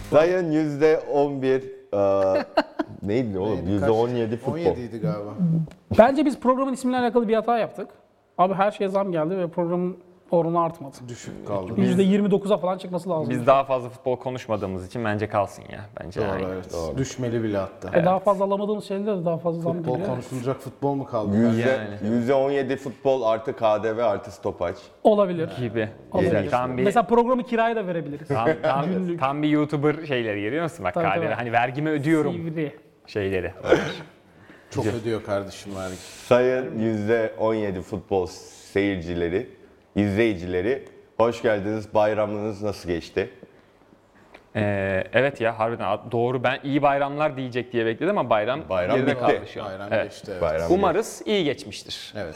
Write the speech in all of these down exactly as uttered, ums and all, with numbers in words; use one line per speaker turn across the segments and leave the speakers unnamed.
Sayın yüzde on bir eee, neydi oğlum?
Neydi?
yüzde
Kaç?
on yedi futbol.
on yediydi galiba.
Bence biz programın ismiyle alakalı bir hata yaptık. Abi her şeye zam geldi ve programın oranı artmadı.
Düşük kaldı.
yüzde yirmi dokuza falan çıkması lazım.
Biz daha fazla futbol konuşmadığımız için bence kalsın ya. Bence
Doğru,
aynen.
evet. Düşmeli bile hatta.
E daha fazla alamadığımız şeylerde de daha fazla zam
Futbol
geliyor.
konuşulacak futbol mu kaldı?
Yüzde,
Yani.
yüzde on yedi futbol artı K D V artı stopaç.
Olabilir.
Gibi.
Olabilir.
Güzel. Tam bir,
Mesela programı kiraya da verebiliriz.
tam, tam,
Günlük.
tam bir YouTuber şeyleri görüyor musun? Bak
Tabii,
K D V,
tabii.
hani vergimi ödüyorum
Sivri.
şeyleri.
Çok ödüyor kardeşim vergi.
Sayın yüzde on yedi futbol seyircileri, izleyicileri hoş geldiniz. Bayramınız nasıl geçti?
Ee, evet ya harbiden doğru, ben iyi bayramlar diyecek diye bekledim ama bayram,
Bayram
geride
bitti.
kaldı şu an.
Bayram
Evet.
geçti. Evet.
Bayram
Umarız iyi geçmiştir.
Evet.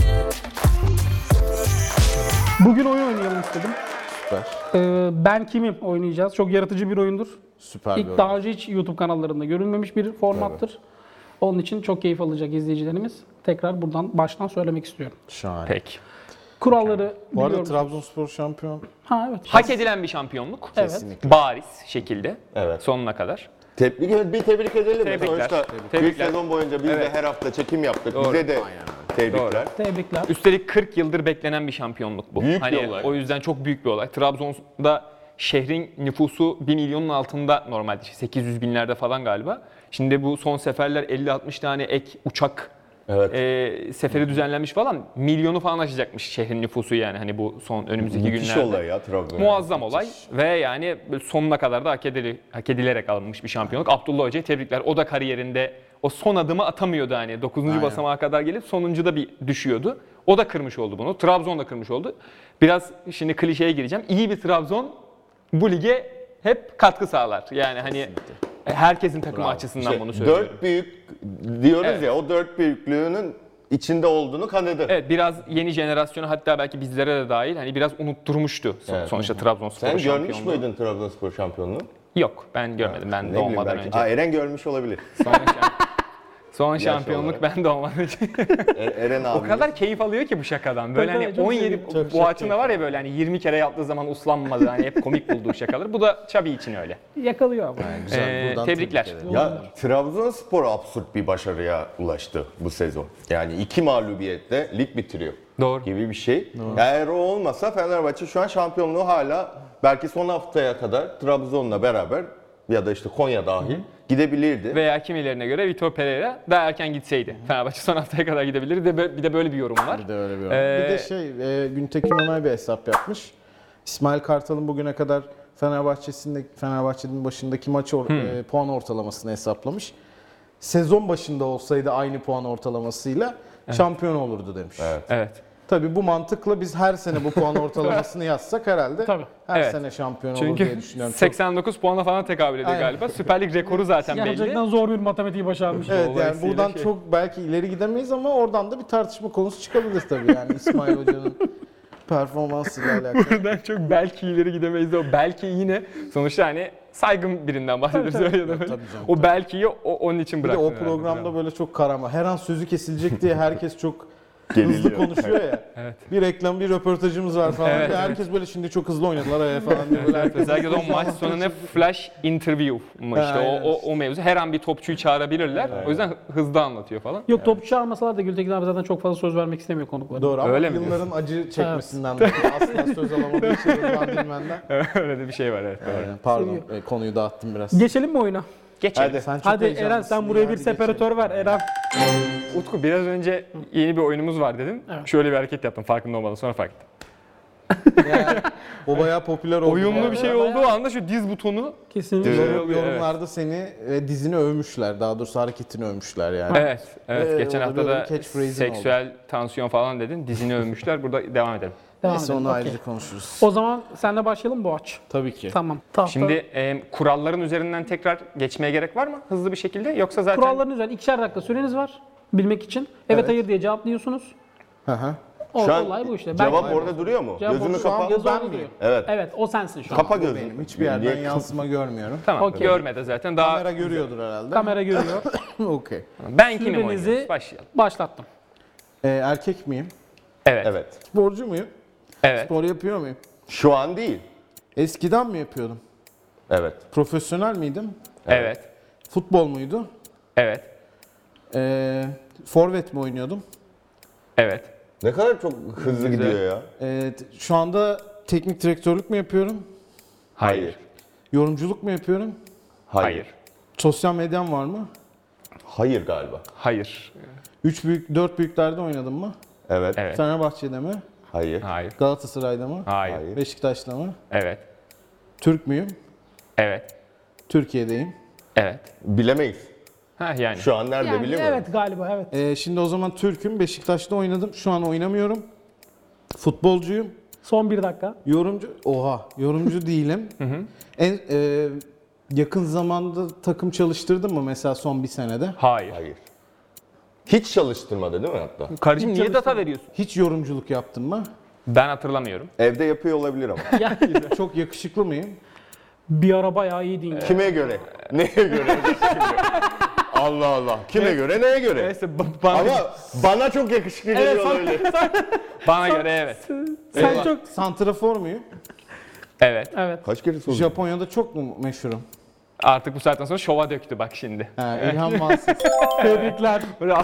Bugün oyun oynayalım istedim.
Süper.
Ee, Ben Kimim oynayacağız. Çok yaratıcı bir oyundur.
Süper bir
İlk
oyun.
daha önce hiç YouTube kanallarında görülmemiş bir formattır. Onun için çok keyif alacak izleyicilerimiz. Tekrar buradan baştan söylemek istiyorum.
Şahane.
Peki.
Kuralları
Bu arada
biliyorum.
Trabzonspor şampiyon.
Ha evet.
Hak edilen bir şampiyonluk.
Evet.
Kesinlikle.
Bariz şekilde.
Evet.
Sonuna kadar.
Tebrik evet, bir tebrik edelim.
Tebrikler.
Sonuçta
Tebrikler.
bir sezon boyunca biz de
Evet.
her hafta çekim yaptık.
Doğru.
Bize de tebrikler.
Tebrikler.
Üstelik kırk yıldır beklenen bir şampiyonluk bu.
Büyük bir
hani
olay.
o yüzden çok büyük bir olay. Trabzon'da şehrin nüfusu bir milyonun altında normalde. sekiz yüz binlerde falan galiba. Şimdi bu son seferler elli altmış tane ek uçak
Evet.
e, seferi düzenlenmiş falan. Milyonu falan aşacakmış şehrin nüfusu yani hani bu son önümüzdeki
Müthiş
günlerde.
olay ya Trabzon.
Muazzam olay ve yani sonuna kadar da hak, edili, hak edilerek alınmış bir şampiyonluk. Abdullah Hoca'ya tebrikler. O da kariyerinde o son adımı atamıyordu hani. dokuzuncu
Aynen.
basamağa kadar gelip sonuncuda bir düşüyordu. O da kırmış oldu bunu. Trabzon da kırmış oldu. Biraz şimdi klişeye gireceğim. İyi bir Trabzon bu lige hep katkı sağlar. Yani hani herkesin takımı
Bravo.
açısından
İşte
bunu söylüyorum.
dört büyük diyoruz
Evet.
ya, o dört büyüklüğünün içinde olduğunu kanadı.
Evet, biraz yeni jenerasyonu, hatta belki bizlere de dahil hani biraz unutturmuştu son-
Evet.
sonuçta Trabzonspor
Sen
şampiyonluğu.
görmüş müydün Trabzonspor şampiyonluğu?
Yok, ben görmedim. Ben
Ne bileyim
doğmadan
belki.
önce.
Aa, Eren görmüş olabilir.
Son, şamp- Son
Yaş
şampiyonluk
olarak.
ben doğmadan önce.
E- Eren abi.
O kadar keyif alıyor ki bu şakadan. Böyle
Tabii,
hani
çok
on yedi
seviyorum.
Çok,
bu
çok
açında var ya, böyle hani yirmi kere yaptığı zaman uslanmadı. Hani hep komik bulduğu şakaları. Bu da Xabi için öyle.
Yakalıyor ama.
Yani güzel.
Ee,
Buradan
tebrikler.
tebrik ederim.
Ya Trabzonspor absürt bir başarıya ulaştı bu sezon. Yani iki mağlubiyetle lig bitiriyor.
Doğru.
Gibi bir şey. Eğer o olmasa Fenerbahçe şu an şampiyonluğu hala belki son haftaya kadar Trabzon'la beraber ya da işte Konya dahil gidebilirdi.
Veya kimilerine göre Vitor Pereira daha erken gitseydi. Fenerbahçe son haftaya kadar gidebilirdi. Bir de, bir de böyle bir yorum var.
Bir de öyle bir
Ee,
oyun. Bir de şey, e, Güntekin Ömer bir hesap yapmış. İsmail Kartal'ın bugüne kadar Fenerbahçe'sinde Fenerbahçe'nin başındaki maç or- e, puan ortalamasını hesaplamış. Sezon başında olsaydı aynı puan ortalamasıyla şampiyon olurdu demiş.
Evet.
Evet.
Tabii bu mantıkla biz her sene bu puan ortalamasını yazsak herhalde
Tabii.
her
Evet.
sene şampiyon olur diye
Çünkü
düşünüyorum. Çok-
seksen dokuz puana falan tekabül ediyor
Aynen.
galiba. Süper Lig rekoru zaten belli.
Gerçekten zor bir matematiği başarmış.
Evet, yani
Dolayısıyla
buradan
şey-
çok belki ileri gidemeyiz ama oradan da bir tartışma konusu çıkabilir tabii yani İsmail Hoca'nın performansıyla alakalı.
Buradan çok belki ileri gidemeyiz de o belki yine sonuçta hani saygın birinden bahsediyoruz öyle ya da böyle.
Tabii canım,
O
tabii.
belkiyi o, onun için
Bir de
bıraktım.
o programda böyle çok karama. Her an sözü kesilecek diye herkes çok hızlı
Geriliyor.
konuşuyor ya.
Evet.
Bir reklam, bir röportajımız var falan.
Evet,
Ya herkes böyle şimdi çok hızlı oynadılar ya falan diye böyle. herkes-
Özellikle de o maç sonu ne flash interview mu işte
Aynen.
o, o, o mevzu. Her an bir topçuyu çağırabilirler. O yüzden hızlı anlatıyor falan.
Yok topçu çağırmasalar da Gültekin abi zaten çok fazla söz vermek istemiyor konuklara.
Doğru ama
Öyle mi
yılların acı çekmesinden de asla söz alamadığı için Rıdvan Dilmen'den.
Öyle de bir şey var evet. Doğru.
Ee, Pardon e, konuyu dağıttım biraz.
Geçelim mi oyuna?
Geçelim.
Hadi.
Sen çok
Hadi Eren
heyecanlısın
sen
ya,
buraya bir
hadi
separatör ver Eren.
Utku biraz önce yeni bir oyunumuz var dedin.
Evet.
Şöyle bir hareket yaptım farkında olmadan, sonra fark ettim.
geçelim. Yani, o bayağı popüler oldu.
Oyunlu
bu
bir
arada.
şey olduğu anda şu diz butonu.
Kesinlikle.
Evet.
Yorum- Yorumlarda seni ve dizini övmüşler. Daha doğrusu hareketini övmüşler yani.
Evet. Evet.
Ee,
Geçen
o da
hafta
böyle
da
bir catchphrase'in
seksüel tansiyon falan dedin. Dizini övmüşler. Burada devam edelim.
Devam
Neyse
edelim.
onu
okey.
ayrıca konuşuruz.
O zaman senle başlayalım bu aç.
Tabii ki.
Tamam. Tahta.
Şimdi e, kuralların üzerinden tekrar geçmeye gerek var mı? Hızlı bir şekilde. Yoksa zaten...
kuralların üzerine ikişer dakika süreniz var bilmek için. Evet,
Evet.
hayır diye cevaplıyorsunuz.
Hı hı.
O,
Şu an
olay bu işte.
cevap
Ben-
orada duruyor mu?
Cevap
Gözünü
orada- şu an
kapa.
yazı
Ben
orada
miyim?
duruyor.
Evet.
Evet o sensin şu an.
Kapa
Bu
gözünü.
benim. Hiçbir yerden
Niye-
yansıma görmüyorum.
Tamam.
Okey.
Görmedi zaten. Daha
Kamera görüyordur herhalde.
Kamera görüyor.
Okey.
ben kimim
Sürenizi-
oynuyoruz? Başlayalım.
Başlattım.
Ee, erkek miyim?
Evet. Evet.
Evet.
Sporcu muyum?
Evet.
Spor yapıyor muyum?
Şu an değil.
Eskiden mi yapıyordum?
Evet.
Profesyonel miydim?
Evet.
Futbol muydu?
Evet.
Ee, forvet mi oynuyordum?
Evet.
Ne kadar çok hızlı gidiyor ya.
Ee, t- şu anda teknik direktörlük mü yapıyorum?
Hayır.
Yorumculuk mu yapıyorum?
Hayır.
Hayır.
Sosyal medyam var mı?
Hayır galiba.
Hayır.
Üç büyük, dört büyüklerde oynadım mı?
Evet.
Evet.
Fenerbahçe'de mi?
Hayır.
Hayır.
Galatasaray'da mı?
Hayır.
Hayır.
Beşiktaş'ta mı?
Evet.
Türk müyüm?
Evet.
Türkiye'deyim.
Evet.
Bilemeyiz.
Ha yani.
Şu an nerede
Yani
bilemiyorum.
evet galiba evet.
Ee, şimdi o zaman Türk'üm. Beşiktaş'ta oynadım. Şu an oynamıyorum. Futbolcuyum.
Son bir dakika.
Yorumcu, oha, yorumcu değilim. En e, yakın zamanda takım çalıştırdın mı mesela son bir senede?
Hayır.
Hayır. Hiç çalıştırmadı değil mi hatta?
Kardeşim niye data veriyorsun?
Hiç yorumculuk yaptın mı?
Ben hatırlamıyorum.
Evde yapıyor olabilir ama.
Çok yakışıklı mıyım?
Bir ara bayağı iyiydin ya.
Kime göre? Neye göre? Allah Allah. Kime göre, neye göre?
Neyse ba- bana,
Ama bana çok yakışıklı geliyor öyle.
bana göre evet.
Sen
Eyvah.
çok...
Santrafor muyum?
Evet.
Evet.
Kaç kere sordun?
Japonya'da çok mu meşhurum?
Artık bu saatten sonra şova döktü bak şimdi.
Ha, İlhan Mansız.
Tebrikler.
Bravo.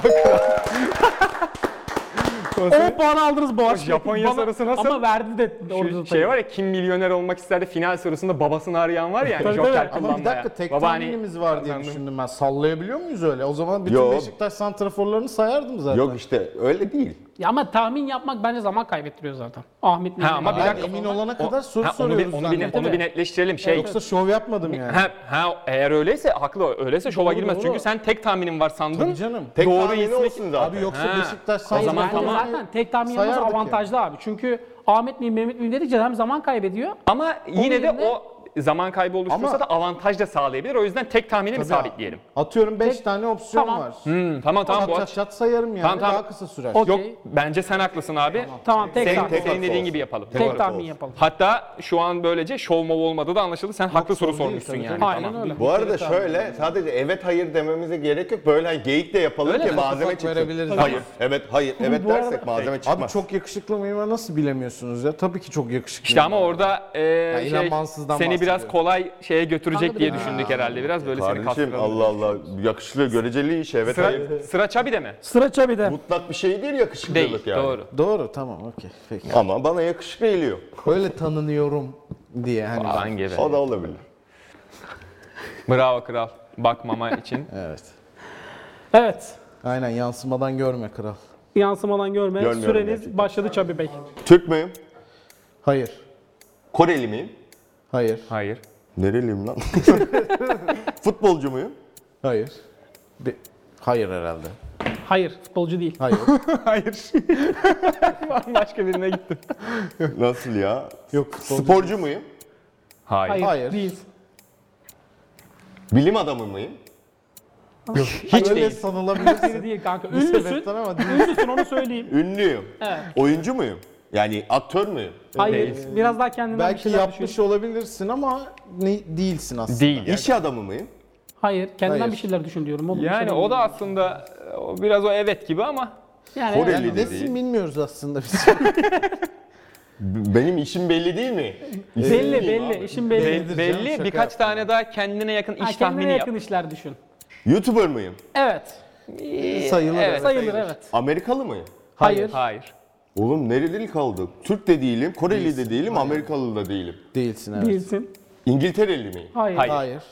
on puan aldınız bu arada.
Japonya
Bana-
sorusu nasıl?
Ama verdi de orada
Şu
da
şey var ya, kim milyoner olmak ister de final sorusunda babasını arayan var ya hani
Tabii,
Joker
tabii.
Ama bir
kullanmaya.
dakika tek
Baba hani
tahminimiz var diye
kazandım.
düşündüm ben. Sallayabiliyor muyuz öyle? O zaman bütün
Yo.
Beşiktaş santraforlarını sayardım zaten.
Yok işte öyle değil.
Ya ama tahmin yapmak bence zaman kaybettiriyor zaten. Ahmet
Ha, ama bir
Ben
dakika.
emin olana kadar soru
Ha, onu
soruyoruz
bir, onu, bir,
zannettim.
onu bir netleştirelim. Şey,
Yoksa şov yapmadım yani.
ha, ha, eğer öyleyse haklı, öyleyse şova
Doğru,
girmez.
doğru.
Çünkü sen tek tahminin var sandın.
Tabii canım.
Tek
Doğru
tahmini
ismi-
olsun zaten.
Abi yoksa
Ha.
Beşiktaş
O
Hayır,
zaman
bence
tamam.
zaten tek tahmin yapması
Sayardık
avantajlı abi. Çünkü Ahmet miyim Mehmet miyim dedikçe hem zaman kaybediyor.
Ama yine de
yerine-
o zaman kaybı oluşturursa
Ama-
da avantaj da sağlayabilir. O yüzden tek tahmini mi
Tabii abi.
sabitleyelim?
Atıyorum beş
Tek-
tane opsiyon
Tamam.
var.
Hmm, tamam tamam bu
Çat
aç.
çat çat sayarım yani.
Tamam, tamam.
Daha kısa sürer.
Okey.
Yok bence sen haklısın abi.
Tamam tek
Senin,
tahmin.
tek-
senin dediğin
olsun.
gibi yapalım.
Tek-
Tek
Doğru,
tahmin
olsun.
yapalım.
Hatta şu an böylece şov mov olmadı da anlaşıldı. Sen haklı soru
soru değil,
sormuşsun
tabii,
yani.
tabii.
Aynen
Tamam.
öyle.
Bu arada şöyle sadece evet hayır dememize gerek yok. Böyle hani geyik de yapalım
Öyle
ki
mi?
malzeme
Ufak
çıksın.
verebiliriz.
Hayır, evet, hayır, evet
Bu arada-
dersek malzeme
Abi
çıkmaz.
çok yakışıklı mıyım ya, nasıl bilemiyorsunuz ya? Tabii ki çok yakışıklı.
İşte ama orada e,
İlhan
şey,
Mansız'dan
seni biraz
bahsediyorum.
kolay şeye götürecek
Kanka
diye
biraz-
düşündük herhalde. Biraz böyle seni
Kardeşim
kastıralım.
Allah Allah yakışıklı göreceli iş evet hayır.
Sıra, sıra Çabi'de mi?
Sıra Çabi'de.
Mutlak bir şey değil yakışıklılık
Değil.
yani.
Doğru.
Doğru, tamam, okey, peki.
Ama bana yakışıklı geliyor.
Öyle tanınıyorum diye hani.
Falan gibi.
O da olabilir.
Bravo kral. Bakmama için.
Evet.
Evet.
Aynen, yansımadan görme kral.
Yansımadan görme.
Görmüyorum
Süreniz
gerçekten.
başladı Çabi Bey.
Türk müyüm?
Hayır.
Koreli miyim?
Hayır.
Hayır.
Nereliyim lan? Futbolcu muyum?
Hayır. Be- Hayır herhalde.
Hayır futbolcu değil.
Hayır.
Hayır. Başka birine gittim.
Nasıl ya?
Yok, futbolcu
Sporcu muyum?
Hayır.
Hayır,
Hayır.
değil.
Bilim adamı mıyım?
Hiç
Öyle
değil.
sanılabilirsin.
Biri değil kanka.
Bir
Ünlüsün.
sebepten ama değil.
Ünlüsün onu söyleyeyim.
Ünlüyüm.
Evet.
Oyuncu muyum? Yani aktör müyüm?
Hayır.
Değilsin.
Biraz daha kendinden bir
Belki
şeyler
yapmış
düşün.
olabilirsin ama ne, değilsin aslında.
Değil.
İş adamı mıyım?
Hayır. Kendinden
Hayır.
bir şeyler düşün diyorum. Oğlum, bir
Yani
şeyler
o da
düşün.
aslında o biraz o evet gibi ama
Yani
Koreli
evet.
Yani
de
nesin
değil.
bilmiyoruz aslında biz.
B- Benim işim belli değil mi?
Belli
İsim miyim
belli.
abi?
İşin belli.
Bellidir
belli
canım, şaka
birkaç
yaptım.
tane daha kendine yakın
Ha,
iş
kendine
tahmini
yakın
yap.
işler düşün.
YouTuber mıyım?
Evet.
Sayılır.
Evet.
Sayılır evet.
Amerikalı mıyım?
Hayır.
Hayır.
Oğlum nereli kaldı? Türk de değilim, Koreli de değilim, Amerikalı da değilim.
Değilsin, evet.
Değilsin.
İngiltereli miyim?
Hayır.
Hayır.
Hayır.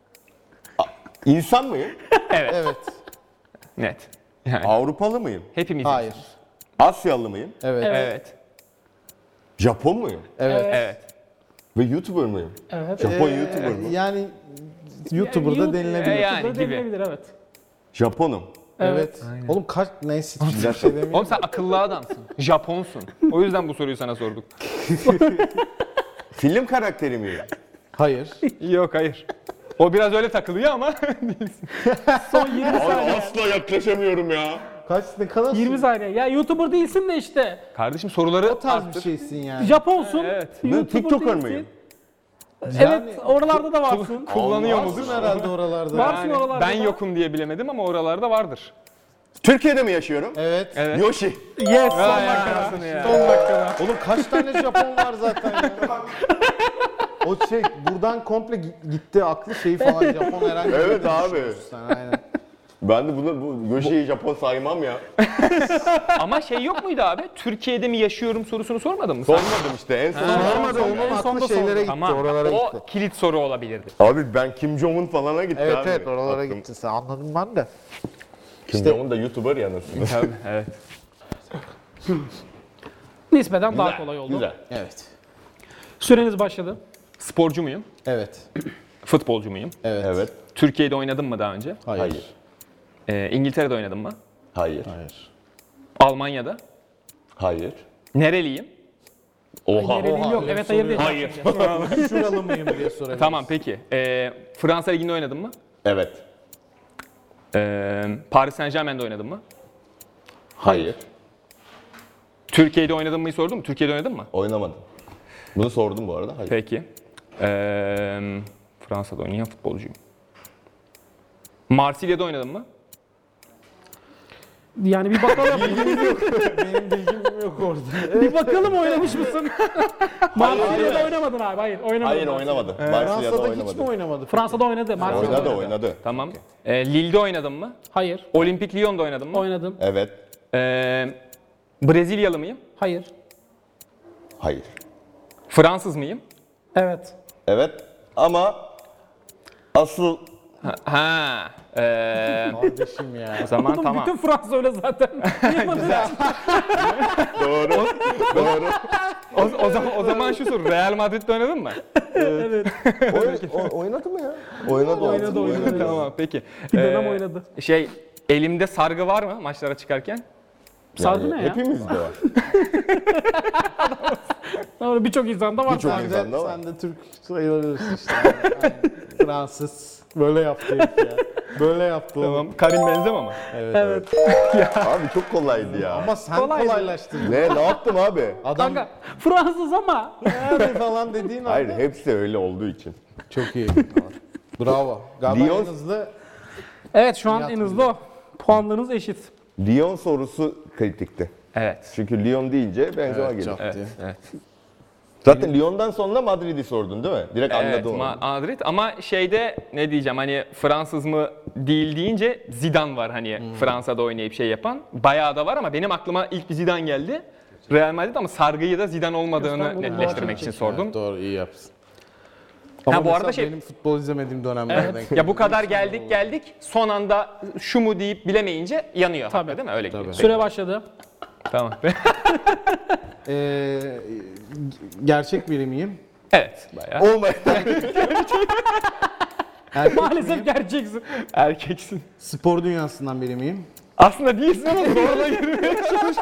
İnsan mıyım?
Evet.
Evet.
Net. Yani
Avrupalı mıyım?
hepimiz.
Hayır.
Asyalı mıyım?
Evet.
Evet.
Evet.
Evet.
Japon muyum?
Evet.
Evet.
Ve YouTuber mıyım?
Evet.
Japon
Ee,
YouTuber mı?
Yani YouTuber'da
Yani
denilebilir.
E, yani
YouTube'da
gibi.
denilebilir evet.
Japonum.
Evet. Oğlum kaç neyse bir şey demeyeyim.
Oğlum sen akıllı adamsın. Japonsun. O yüzden bu soruyu sana sorduk.
Film karakteri miyim?
Hayır.
Yok hayır. O biraz öyle takılıyor ama
Son yirmi saniye.
asla yaklaşamıyorum ya.
Kaç ne kadar
yirmi saniye. Ya YouTuber değilsin de işte.
kardeşim soruları
o tarz bir
arttır.
şeysin yani.
Japonsun.
Evet.
Ben
YouTuber
TikToker
değilsin.
mıyım?
Evet,
Yani-
oralarda da varsın.
Kullanıyor
Varsın
mudur?
herhalde oralarda.
Var. Varsın
Yani
oralarda
ben
da.
yokum diye bilemedim ama oralarda vardır.
Türkiye'de mi yaşıyorum?
Evet.
Evet.
Yoshi.
Yes, son
Vay
dakikada.
anasını ya.
Son dakikada.
Oğlum kaç tane Japon var zaten ya? O şey buradan komple gi- gitti aklı şeyi falan Japon herhangi bir
Evet
yerde
abi.
düşünüyorsun sen, aynen.
Ben de bunu bu Yoshi'yi Japon saymam ya.
Ama şey yok muydu abi? Türkiye'de mi yaşıyorum sorusunu sormadın mı sen?
Sormadım işte en son.
Sormadı onun
En
aklı
sonda
şeylere
sordu.
gitti,
Tamam.
oralara
O
gitti.
kilit soru olabilirdi.
Abi ben Kim Jong-un falana gitti
Evet
abi.
evet oralara
Aklım.
gittin sen, anladım ben de.
Kim
İşte-
Jong-un da YouTuber yanırsınız.
Tabii, evet.
Nispeten daha kolay oldu.
Güzel.
Evet.
Süreniz başladı.
Sporcu muyum?
Evet.
Futbolcu muyum?
Evet.
Evet.
Türkiye'de oynadım mı daha önce?
Hayır.
Hayır.
Ee, İngiltere'de oynadım mı?
Hayır.
Hayır.
Almanya'da?
Hayır.
Nereliyim?
Oha.
Nereliyim yok. Evet hayır değil.
Hayır.
Şuralı mıyım diye sorabilirim.
Tamam peki. Ee, Fransa Ligi'nde oynadın mı?
Evet.
Ee, Paris Saint-Germain'de oynadın mı?
Hayır.
Türkiye'de oynadın mıyı sordum mu? Türkiye'de oynadın mı?
Oynamadım. Bunu sordum bu arada. Hayır.
Peki. Ee, Fransa'da oynayan futbolcuyum. Marsilya'da oynadın mı?
Yani bir bakalım.
Benim bilgim yok orada.
bir bakalım oynamış mısın? Marsilya'da oynamadın abi. Hayır oynamadım.
Hayır oynamadı. Marsilya'da
Fransa'da hiç
oynamadı.
mi oynamadı?
Fransa'da oynadı. Marsilya'da
Oynadı oynadı.
Tamam. Ee, Lille'de oynadın mı?
Hayır.
Olimpik Lyon'da oynadın mı?
Oynadım.
Evet.
Ee, Brezilyalı mıyım?
Hayır.
Hayır.
Fransız mıyım?
Evet.
Evet. Ama asıl
Ha. Ee,
Kardeşim ya.
o zaman
Oğlum
tamam.
bütün Fransa öyle zaten.
doğru. doğru.
O, o zaman o zaman şu soru. Real Madrid'de oynadın mı?
evet.
Oy, o- oynadı mı ya? Oynadı.
Oynadı, oynadı.
Tamam peki.
Bir dönem
Ee,
oynadı.
Şey elimde sargı var mı maçlara çıkarken?
Sargı ne ya?
Hepimizde var.
Doğru, birçok insanda var.
Birçok
sargı.
insan.
Sen de,
da var.
sen de Türk sayılabilirsin işte. Aynen. Fransız. Böyle yaptı herif ya. Böyle yaptı oğlum.
Tamam. Karim Benzema mı?
Evet.
Evet.
Abi çok kolaydı ya.
Ama sen
Kolaydı.
kolaylaştırdın.
Ne ne yaptım abi?
Adam
Kanka Fransız ama.
yani falan dediğin
Hayır
anda.
hepsi öyle olduğu için.
Çok iyi. Bravo. Galiba
Lyon-
en hızlı.
Evet şu an
Yat
en hızlı o. Puanlarınız eşit.
Lyon sorusu kritikti.
Evet.
Çünkü Lyon deyince Benzema
Evet,
geliyor.
çok
Evet.
iyi.
evet.
Zaten Lyon'dan sonra Madrid'i sordun değil mi? Direkt
Evet,
anladım onu.
Ma- Madrid ama şeyde ne diyeceğim hani Fransız mı değil deyince Zidane var hani Fransa'da oynayıp şey yapan. Bayağı da var ama benim aklıma ilk bir Zidane geldi. Real Madrid ama sargıyı da Zidane olmadığını
İstanbul'un
netleştirmek
doğru
için sordum.
Evet, doğru iyi yapsın. Ama
Ha, bu
mesela
arada şey-
benim futbol izlemediğim dönemlerden.
Ya bu kadar geldik geldik son anda şu mu deyip bilemeyince yanıyor.
Tabii.
Tabii. Değil mi? Öyle gidiyor.
Tabii.
Süre başladı.
Tamam.
Ee, gerçek biri miyim?
evet. Bayağı.
Olmayan.
Erkek
Maalesef
miyim?
gerçeksin.
Erkeksin.
Spor dünyasından biri miyim?
Aslında değilsin ama zorla girmeye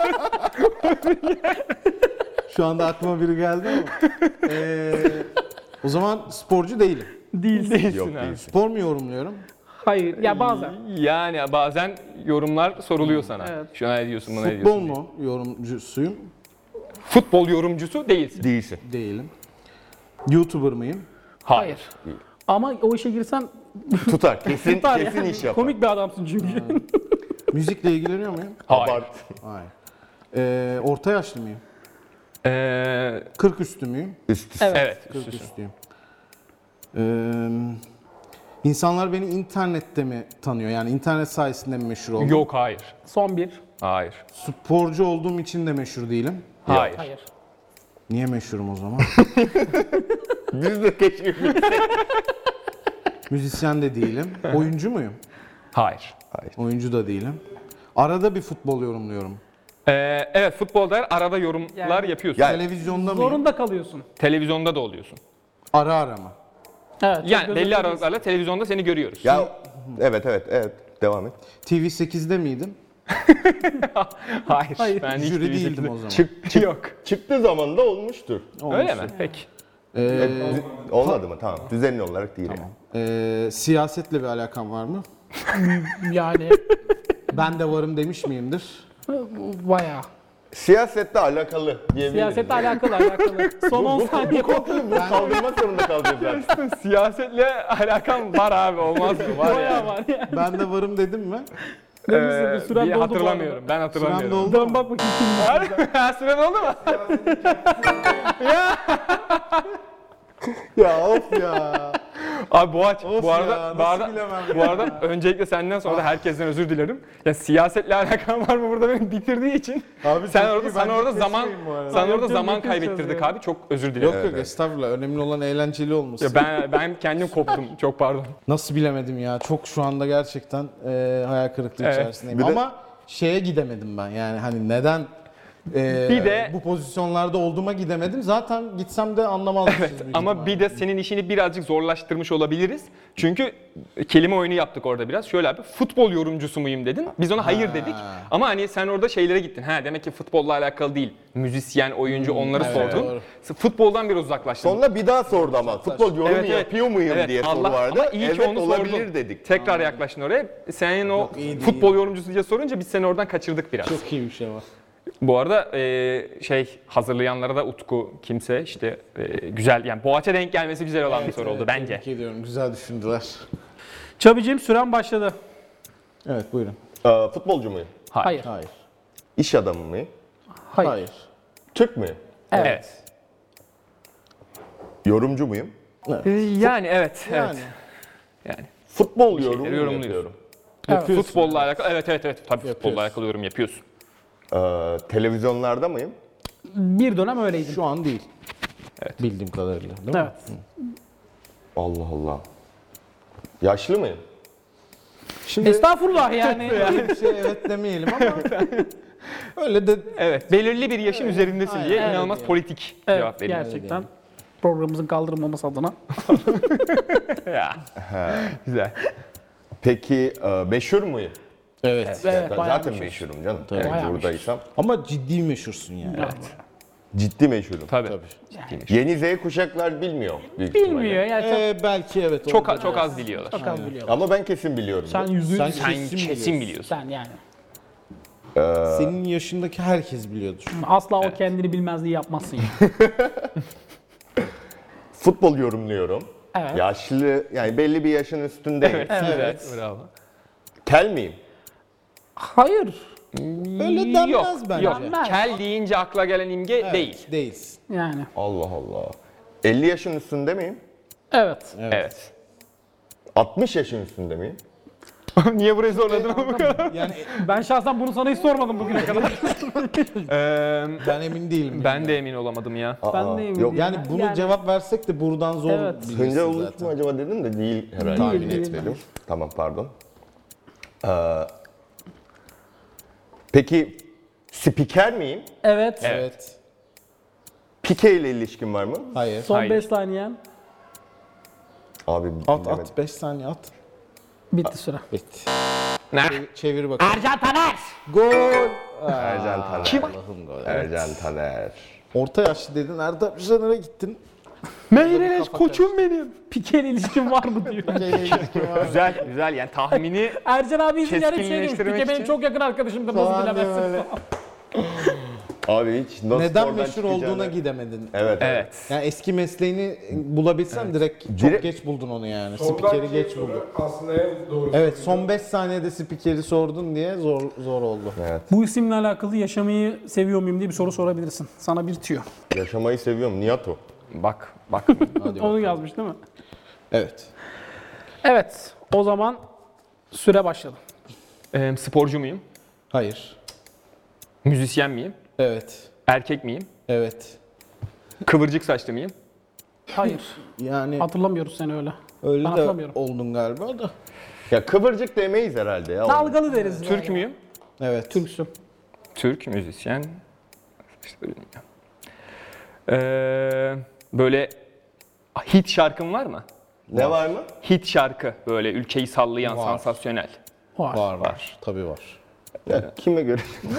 Şu anda aklıma biri geldi ama. Ee, o zaman sporcu değilim.
Değilsin.
değilsin.
Yok
abi.
değilsin.
Spor mu yorumluyorum?
Hayır. Ya bazen.
Yani bazen yorumlar soruluyor sana.
Evet.
Şuna ne diyorsun, buna ne
Futbol
diyorsun?
mu yorumcusuyum?
Futbol yorumcusu değilsin.
Değilsin.
Değilim. YouTuber mıyım?
Hayır. Ama o işe girsen
Tutar. Kesin,
tutar
kesin
yani.
iş yapar.
Komik bir adamsın çünkü.
Müzikle ilgileniyor muyum?
Hayır.
Abart.
Hayır. Ee, orta yaşlı mıyım?
Ee,
kırk üstü müyüm?
Üst üste.
Evet.
evet.
kırk
üstüsün.
üstüyüm. Ee, insanlar beni internette mi tanıyor? Yani internet sayesinde mi meşhur oldum?
Yok hayır.
Son bir.
Hayır.
Sporcu olduğum için de meşhur değilim.
Hayır.
Hayır.
Niye meşhurum o zaman?
Biz de keşke
Müzisyen de değilim. Oyuncu muyum?
Hayır.
Oyuncu da değilim. Arada bir futbol yorumluyorum.
Ee, evet futbolda arada yorumlar
Yani-
yapıyorsun.
Ya-
Televizyonda mıyım?
Zorunda kalıyorsun.
Televizyonda da oluyorsun.
Ara ara mı?
Evet. çok
Yani
göze
belli
girmeyiz.
aralıklarla televizyonda seni görüyoruz.
Ya evet evet evet. Devam et.
T V sekizde miydim?
Hayır.
Hayır.
Ben hiç
Jüri
T V
değildim
sekizde
o zaman.
Çık, çık,
Yok.
çıktığı zaman da olmuştur.
Öyle mi? Peki.
Ee,
Düz- Olmadı mı? Tamam. Düzenli olarak değil. Yani.
ee, siyasetle bir alakam var mı?
Yani
Ben de varım demiş miyimdir?
bayağı.
Siyasetle alakalı diyebiliriz.
Siyasetle alakalı alakalı. Son on saniye.
Bu kaldırmak zorunda kalacağız zaten.
Siyasetle alakam var abi olmaz mı? Var
Bayağı
ya.
var ya.
Ben de varım dedim mi?
Demişsin
Ee,
bir süren
bir
doldu bu
hatırlamıyorum. Ben
Süren
hatırlamıyorum.
doldu.
Dön bak bakayım kimmiş.
Ha, süren oldu mu?
Ya of ya.
Abi Boğaç,
Of
bu
ya,
arada,
nasıl
bu arada,
bilemem
bu arada öncelikle senden sonra da herkesten özür dilerim. Ya siyasetle alakam var mı burada beni bitirdiği için?
Abi
sen
çok
orada
iyi,
sen
ben
orada
çok
zaman
kesmeyeyim bu arada.
sen
Yok,
orada
yok,
zaman
yok, keseceğiz
kaybettirdik
ya.
abi. Çok özür dilerim.
Yok yok estağfurullah. Önemli olan eğlenceli olması.
Ya ben ben kendim koptum. Çok pardon.
Nasıl bilemedim ya. Çok şu anda gerçekten e, hayal kırıklığı
Evet.
içerisindeyim.
Bir de-
Ama şeye gidemedim ben. Yani hani neden e,
Bir de-
bu pozisyonlarda olduğuma gidemedim. Zaten gitsem de anlamazdım.
Evet, ama bir de senin işini birazcık zorlaştırmış olabiliriz. Çünkü kelime oyunu yaptık orada biraz. Şöyle abi, futbol yorumcusu muyum dedin. Biz ona hayır
Ha.
dedik. Ama hani sen orada şeylere gittin. Ha demek ki futbolla alakalı değil. Müzisyen, oyuncu onları
evet,
sordun.
doğru.
Futboldan biraz uzaklaştın.
Sonra bir daha sordu ama futbol yorum
Evet, evet.
yapıyor muyum
Evet,
diye soru
Allah-
vardı.
ama iyi ki
Evet
onu
olabilir
sordun.
dedik.
Tekrar yaklaştın oraya. Senin o
Yok, iyiydi,
futbol
iyiydi.
yorumcusu diye sorunca biz seni oradan kaçırdık biraz.
Çok iyiymiş ama.
Bu arada e, şey hazırlayanlara da Utku kimse işte e, güzel yani Boğaç'a denk gelmesi güzel olan bir soru oldu bence.
Tebrik ediyorum. Güzel düşündüler.
Çabicim süren başladı.
Evet buyurun.
Ee, futbolcu muyum?
Hayır.
Hayır.
İş adamı mıyım?
Hayır.
Hayır.
Türk müyüm?
Evet.
Evet.
Yorumcu muyum?
E, Yani evet,
Yani.
evet. Yani
Futbol
şeyleri
yorumu
yorumluyorsun.
yapıyorum.
Yapıyorsun.
futbolla alakalı evet evet evet tabii
Yapıyorsun.
futbolla alakalı yorum yapıyorsun.
Ee, televizyonlarda mıyım?
Bir dönem öyleydim.
Şu an değil. Evet. Bildiğim kadarıyla. Değil mi?
Evet.
Allah Allah. Yaşlı mıyım?
Şimdi
Estağfurullah yani.
bir şey evet demeyelim ama öyle de
Evet, belirli bir yaşın üzerindesin
Aynen,
diye
evet
inanılmaz
yani.
politik
Evet,
cevap veriyorsun.
gerçekten programımızın kaldırılmaması adına.
Ya. Güzel.
Peki e, meşhur muyum?
evet.
Evet,
Ben
bayağı
zaten
meşhur.
meşhurum canım.
Tabii.
Yani
Bayağı
buradaysam
Ama ciddi meşhursun yani.
Evet.
ciddi meşhurum.
Tabii.
Tabii.
Yeni Z kuşaklar bilmiyor büyük
Bilmiyor
ihtimalle.
yani çok,
Ee, belki evet.
Çok
olabilir.
çok az biliyorlar.
çok az biliyor.
Ama ben kesin biliyorum.
Sen yüzü
Sen
sen,
Sen
kesin
kesin biliyorsun.
sen yani.
Senin yaşındaki herkes biliyordur.
Asla o kendini bilmezliği yapmazsın yani.
Futbol yorumluyorum.
Evet.
Yaşlı yani belli bir yaşın üstündeyim.
Evet,
Evet.
güzel. Bravo.
Kel miyim?
Hayır.
Öyle denmez
Yok,
bence.
yok.
Denmez.
Kel deyince akla gelen imge
Evet,
değil.
Değilsin.
Yani.
Allah Allah. elli yaşın üstünde miyim?
Evet.
Evet.
altmış yaşın üstünde miyim?
Niye burayı zorladın bu kadar?
Yani
Ben şahsen bunu sana hiç sormadım bugüne kadar.
Ee,
ben emin değilim.
ben
yani.
de emin olamadım ya.
Ben
Aa,
de eminim.
Yok.
Yani bunu
Yani-
cevap versek de buradan zor
Evet.
bilirsin
Hınca Ulus
zaten.
mu acaba dedim de değil herhalde.
Tahmin
değil,
etmedim.
değil.
Tamam pardon. Ee, peki spiker miyim?
Evet.
Evet.
Evet.
Pike ile ilişkin var mı?
Hayır.
Son
Hayır.
beş saniyen.
Abi
At
bilemedim.
at beş saniye at.
Bitti süre.
Bitti.
Ne?
Çevir bakalım.
Ercan Taner.
Gol.
Ercan Taner.
Kim? Allah'ım gol.
Ercan Taner.
Orta yaşlı dedin. Erdem Şener'e gittin.
Meyreles koçum benim.
Pike ile ilişkin var mı diyor.
Güzel, güzel yani tahmini
Ercan abi izin hep şey demiş.
Keskinleştirmek
Pike benim
için.
çok yakın arkadaşımdır. Nasıl
Falan
bilemezsin?
böyle.
Abi hiç nasıl
Neden
oradan
meşhur olduğuna
çıkacağını-
gidemedin.
Evet.
evet.
Yani eski mesleğini bulabilsen direkt çok
Direkt-
geç buldun onu yani.
Oradan
Spikeri
şey
geç buldun.
soru, Aslında en doğrusu.
Evet son beş saniyede spikeri sordun diye zor zor oldu.
Evet.
Bu isimle alakalı yaşamayı seviyor muyum diye bir soru sorabilirsin. Sana bir tüyo.
Yaşamayı seviyorum. Nihat o.
Bak, bak.
Hadi
Onu
bakalım.
yazmış değil mi?
Evet.
Evet. O zaman süre başladı.
Ee, sporcu muyum?
Hayır.
Müzisyen miyim?
Evet.
Erkek miyim?
Evet.
Kıvırcık saçlı mıyım?
Hayır.
Yani
Hatırlamıyoruz seni öyle.
öyle
ben
de
hatırlamıyorum.
oldun galiba da.
Ya kıvırcık demeyiz herhalde ya.
Dalgalı deriz.
Türk
böyle.
müyüm?
Evet.
Türksün.
Türk, müzisyen. İşte bilmiyorum. Ee, böyle hit şarkın var mı?
Ne var mı?
Hit şarkı böyle ülkeyi sallayan
Var.
sansasyonel.
Var.
Var var. Tabii var.
Ya, kime göre?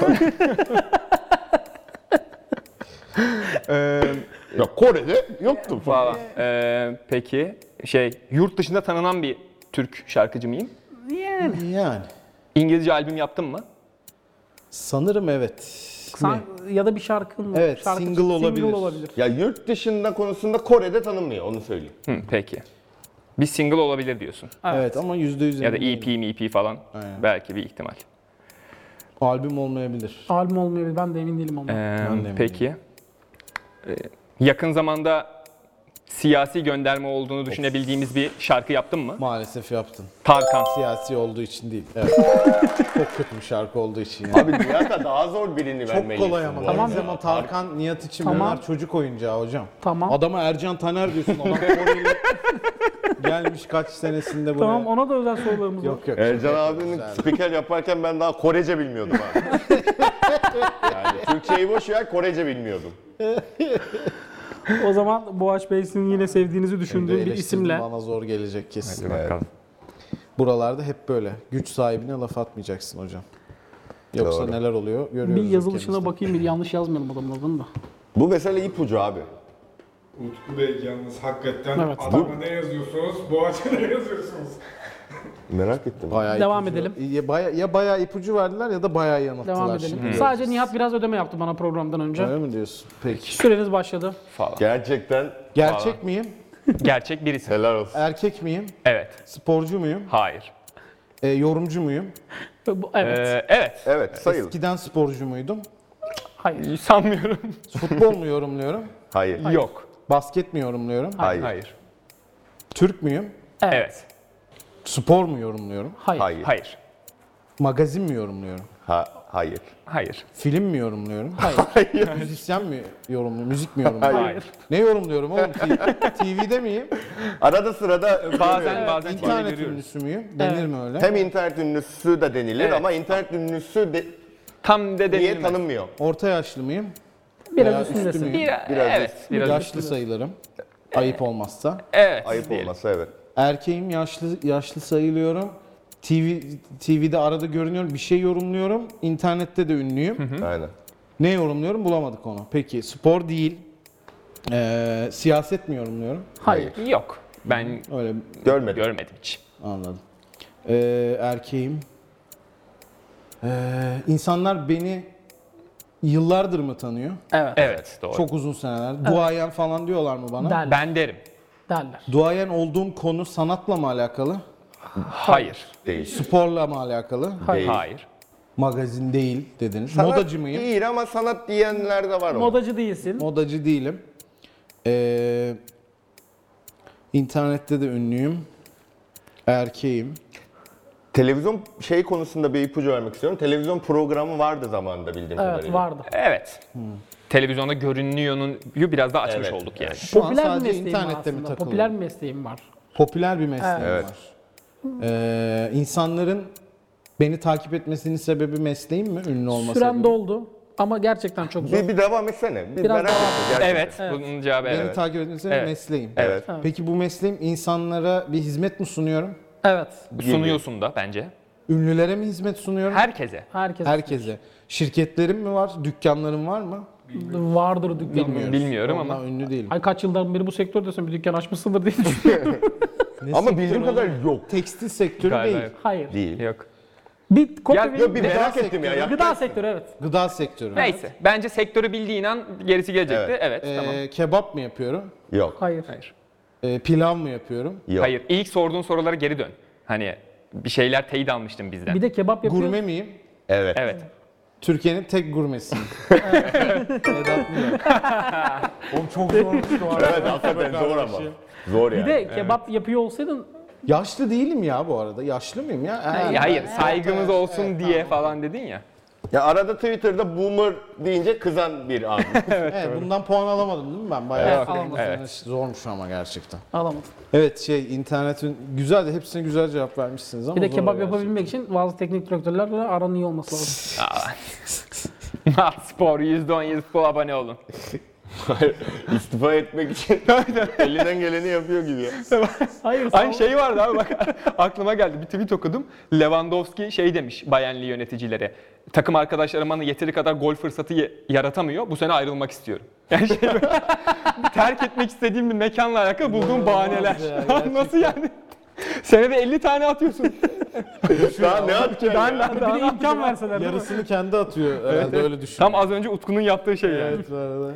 Ee,
ya Kore'de yoktu falan.
falan. Ee, peki şey yurt dışında tanınan bir Türk şarkıcı mıyım?
Yani.
Yani.
İngilizce albüm yaptım mı?
Sanırım evet.
Sen, ya da bir şarkın mı?
Evet,
Şarkı-
single olabilir.
olabilir.
Ya yurt dışında konusunda Kore'de tanınmıyor onu söyleyeyim.
Hı, peki. Bir single olabilir diyorsun.
Evet, ama yüzde yüz
Ya da
emin
E P mi E P falan.
Aynen.
Belki bir ihtimal.
değilim. Albüm olmayabilir.
Albüm olmayabilir. Ben de emin değilim ondan.
Ee,
Ben de eminim.
peki. Ee, yakın zamanda siyasi gönderme olduğunu düşünebildiğimiz bir şarkı yaptın mı?
Maalesef yaptın.
Tarkan.
Siyasi olduğu için değil. Evet. Çok kötü bir şarkı olduğu için. Yani.
Abi Nihat'a daha zor birini
Çok
vermelisin.
kolay ama.
bu
Tamam.
arada.
Tamam. Tarkan, Nihat için
Tamam.
bunlar çocuk oyuncağı hocam.
Tamam.
Adama Ercan Taner diyorsun. Adam Koreli gelmiş kaç senesinde buraya.
Tamam, ona da özel sorularımız var.
Yok yok.
Ercan abinin spiker yaparken ben daha Korece bilmiyordum abi. Yani Türkçeyi boş ver, Korece bilmiyordum.
O zaman Boğaç Bey sizin yine sevdiğinizi düşündüğüm bir
Eleştirdim,
isimle.
bana zor gelecek kesin.
Evet.
Buralarda hep böyle. Güç sahibine laf atmayacaksın hocam. Yoksa
Doğru.
neler oluyor görüyoruz.
Bir yazılışına
ülkemizde.
bakayım, bir yanlış yazmayalım adamın adını da.
Bu mesele ipucu abi.
Utku Bey yalnız hakikaten
Evet.
adama ne yazıyorsunuz, Boğaç'a ne yazıyorsunuz?
Merak ettim.
Bayağı
Devam
ipucu-
edelim.
Ya bayağı, ya bayağı ipucu verdiler ya da bayağı yanılttılar.
Devam edelim.
şimdi.
Sadece Nihat biraz ödeme yaptı bana programdan önce.
Öyle mi diyorsun? Peki.
Süreniz başladı.
Falan.
Gerçekten
Gerçek miyim?
Gerçek birisi.
helal olsun.
Erkek miyim?
Evet.
Sporcu muyum?
Hayır.
E, yorumcu muyum?
Bu- Evet.
Ee, evet.
Evet, sayılır.
Eskiden sporcu muydum?
Hayır.
Sanmıyorum.
Futbol mu yorumluyorum?
Hayır.
Yok.
Basket mi yorumluyorum?
Hayır.
Hayır.
Türk müyüm?
Evet.
Evet.
Spor mu yorumluyorum?
Hayır.
Hayır.
Hayır.
Magazin mi yorumluyorum?
Ha, hayır.
Hayır.
Film mi yorumluyorum?
Hayır.
Müzisyen mi yorumluyorum? Müzik mi yorumluyorum?
Hayır.
Ne yorumluyorum oğlum? T V'de miyim?
Arada sırada
Bazen bazen T V'de
İnternet
görüyoruz.
ünlüsü müyüm? Denir
Evet.
mi öyle?
hem internet ünlüsü de denilir
Evet.
ama internet ünlüsü de,
Tam de
diye
denilmez.
tanınmıyor.
Orta yaşlı mıyım?
Biraz
Veya
üstündesin.
üstü müyüm?
Bir,
Biraz
evet. Biraz
Yaşlı sayılırım. Ayıp olmazsa.
Evet.
Ayıp
değil.
olmasa evet.
Erkeğim, yaşlı yaşlı sayılıyorum. T V T V'de arada görünüyorum. Bir şey yorumluyorum. İnternette de ünlüyüm.
Aynen.
Ne yorumluyorum bulamadık onu. Peki spor değil. Ee, siyaset mi yorumluyorum?
Hayır.
Yok. Ben
Öyle
Görmedim.
görmedim hiç.
anladım. Ee, erkeğim. Ee, insanlar beni yıllardır mı tanıyor?
Evet.
Evet. Doğru.
Çok uzun seneler. Duayen falan diyorlar mı bana?
Derler.
Ben derim.
Derler.
Duayen olduğum konu sanatla mı alakalı?
Hayır.
Değil.
Sporla mı alakalı?
Hayır.
Hayır.
Magazin değil dediniz.
Sanat
Modacı mıyım?
değil ama sanat diyenler de var ama.
Modacı değilsin.
Modacı değilim. Ee, internette de ünlüyüm. Erkeğim.
Televizyon şey konusunda bir ipucu vermek istiyorum. Televizyon programı vardı zamanında bildiğim
Evet,
kadarıyla.
vardı.
Evet. Televizyonda görünüyor'un biraz da açmış
Evet,
olduk yani.
Şu an
Popüler bir
sadece
mesleğim var
internette mi
aslında.
takılıyorum?
Popüler bir mesleğim var.
Popüler bir mesleğim
Evet.
var. Ee, insanların beni takip etmesinin sebebi mesleğim mi? Ünlü olma
Süren
sebebi.
doldu ama gerçekten çok zor.
Bir, bir devam etsene. Bir
Biraz
merak
daha-
ettim gerçekten.
Evet.
Evet.
Bunun cevabı
Beni
evet.
takip etmesi sebebi
Evet.
mesleğim.
Evet.
Evet.
Peki bu mesleğim insanlara bir hizmet mi sunuyorum?
Evet.
Sunuyorsun da bence.
Ünlülere mi hizmet sunuyorum?
Herkese.
Herkes
Herkese. Şirketlerim mi var? Dükkanlarım var mı?
vardır dükkanı.
Bilmiyoruz.
Bilmiyorum
Ondan
ama.
ünlü değilim.
Ay kaç yıldan beri bu sektördesin, bir dükkan açmışsındır diye düşünüyorum.
Ne
Ama
sektörü
bildiğim
oğlum?
kadar yok.
Tekstil sektörü
Galiba
değil.
yok.
Hayır.
Değil.
Yok.
Bir kopya
Ya,
vereyim
Yok
mi?
bir
Gıda
merak ettim
sektörü.
ya. Yap-
Gıda sektörü, evet.
Gıda sektörü.
Neyse. Bence sektörü bildiğin an gerisi gelecekti. Evet.
Ee,
tamam.
Kebap mı yapıyorum?
Yok.
Hayır.
Hayır.
Ee, pilav mı yapıyorum?
Yok.
Hayır. İlk sorduğun sorulara geri dön. Hani bir şeyler teyit almıştın bizden.
Bir de kebap yapıyor.
Gurme miyim?
Evet.
Evet.
Türkiye'nin tek gurmesiyim. Vedat Milor. Oğlum çok zormuş şu an.
Evet hakikaten zor ama. Zor
Bir
yani.
de kebap yapıyor olsaydın
Yaşlı değilim ya bu arada. Yaşlı mıyım ya?
Hayır,
Ee,
hayır.
evet,
Saygımız
evet,
olsun
evet,
diye
tamam.
falan dedin ya.
Ya arada Twitter'da boomer deyince kızan bir abi.
Evet, bundan puan alamadım değil mi ben? Bayağı
Evet,
sürekli
alamadın.
sonra zormuş ama gerçekten.
alamadın.
Evet şey internetin güzel de hepsine güzel cevap vermişsiniz ama
Bir de
zor
kebap
gerçekten.
yapabilmek için bazı teknik direktörlerle aran iyi olması lazım.
Aa. Spor yüzde on yüz futbol abone olun.
Hayır, İstifa etmek için elinden geleni yapıyor gibi. ya.
Hayır.
Aynı şey vardı abi bak aklıma geldi. Bir tweet okudum. Lewandowski şey demiş Bayernli yöneticilere. Takım arkadaşlarım bana yeteri kadar gol fırsatı ye- yaratamıyor. Bu sene ayrılmak istiyorum. Yani şey böyle, terk etmek istediğim bir mekanla alakalı bulduğum bahaneler.
ya, gerçekten.
Nasıl yani? Senede elli tane atıyorsun.
Daha ne yapacaksın
Ben
ya?
ben
Bir
daha
de imkan verseler değil mi?
Yarısını kendi atıyor herhalde öyle düşün.
Tam az önce Utku'nun yaptığı şey yani.
Evet bu arada.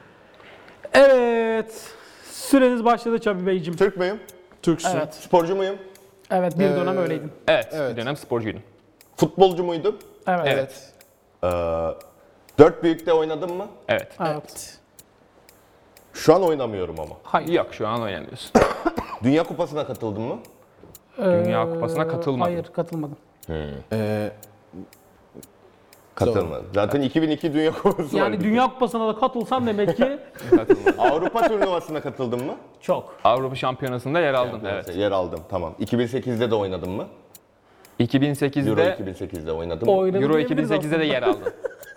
Evet. Süreniz başladı Çabi Beyciğim.
Türk müyüm?
Türksün.
Evet.
Sporcu muyum?
Evet, bir
Ee,
dönem öyleydin.
Evet,
Evet.
bir dönem sporcuydum.
Futbolcu muydum?
Evet. Evet.
Evet.
Ee, dört büyükte oynadın mı?
Evet.
Evet.
Şu an oynamıyorum ama.
Hayır.
Yok, şu an oynamıyorsun.
Dünya Kupası'na katıldın mı?
Dünya
Ee,
Kupası'na katılmadım.
Hayır, katılmadım.
Ee,
Katılmadım. Zaten iki bin iki Dünya Kupası var.
Yani Dünya Kupası'na da katılsam demek ki
Katılmadım.
Avrupa turnuvasına katıldın mı?
çok.
Avrupa Şampiyonası'nda yer aldın. Evet.
Yer aldım, tamam. iki bin sekizde de oynadın mı?
iki bin
Euro
sekizde
iki bin sekizde oynadın mı?
Oynadım
Euro
diyebiliriz
iki bin sekizde de
aslında.
yer aldın.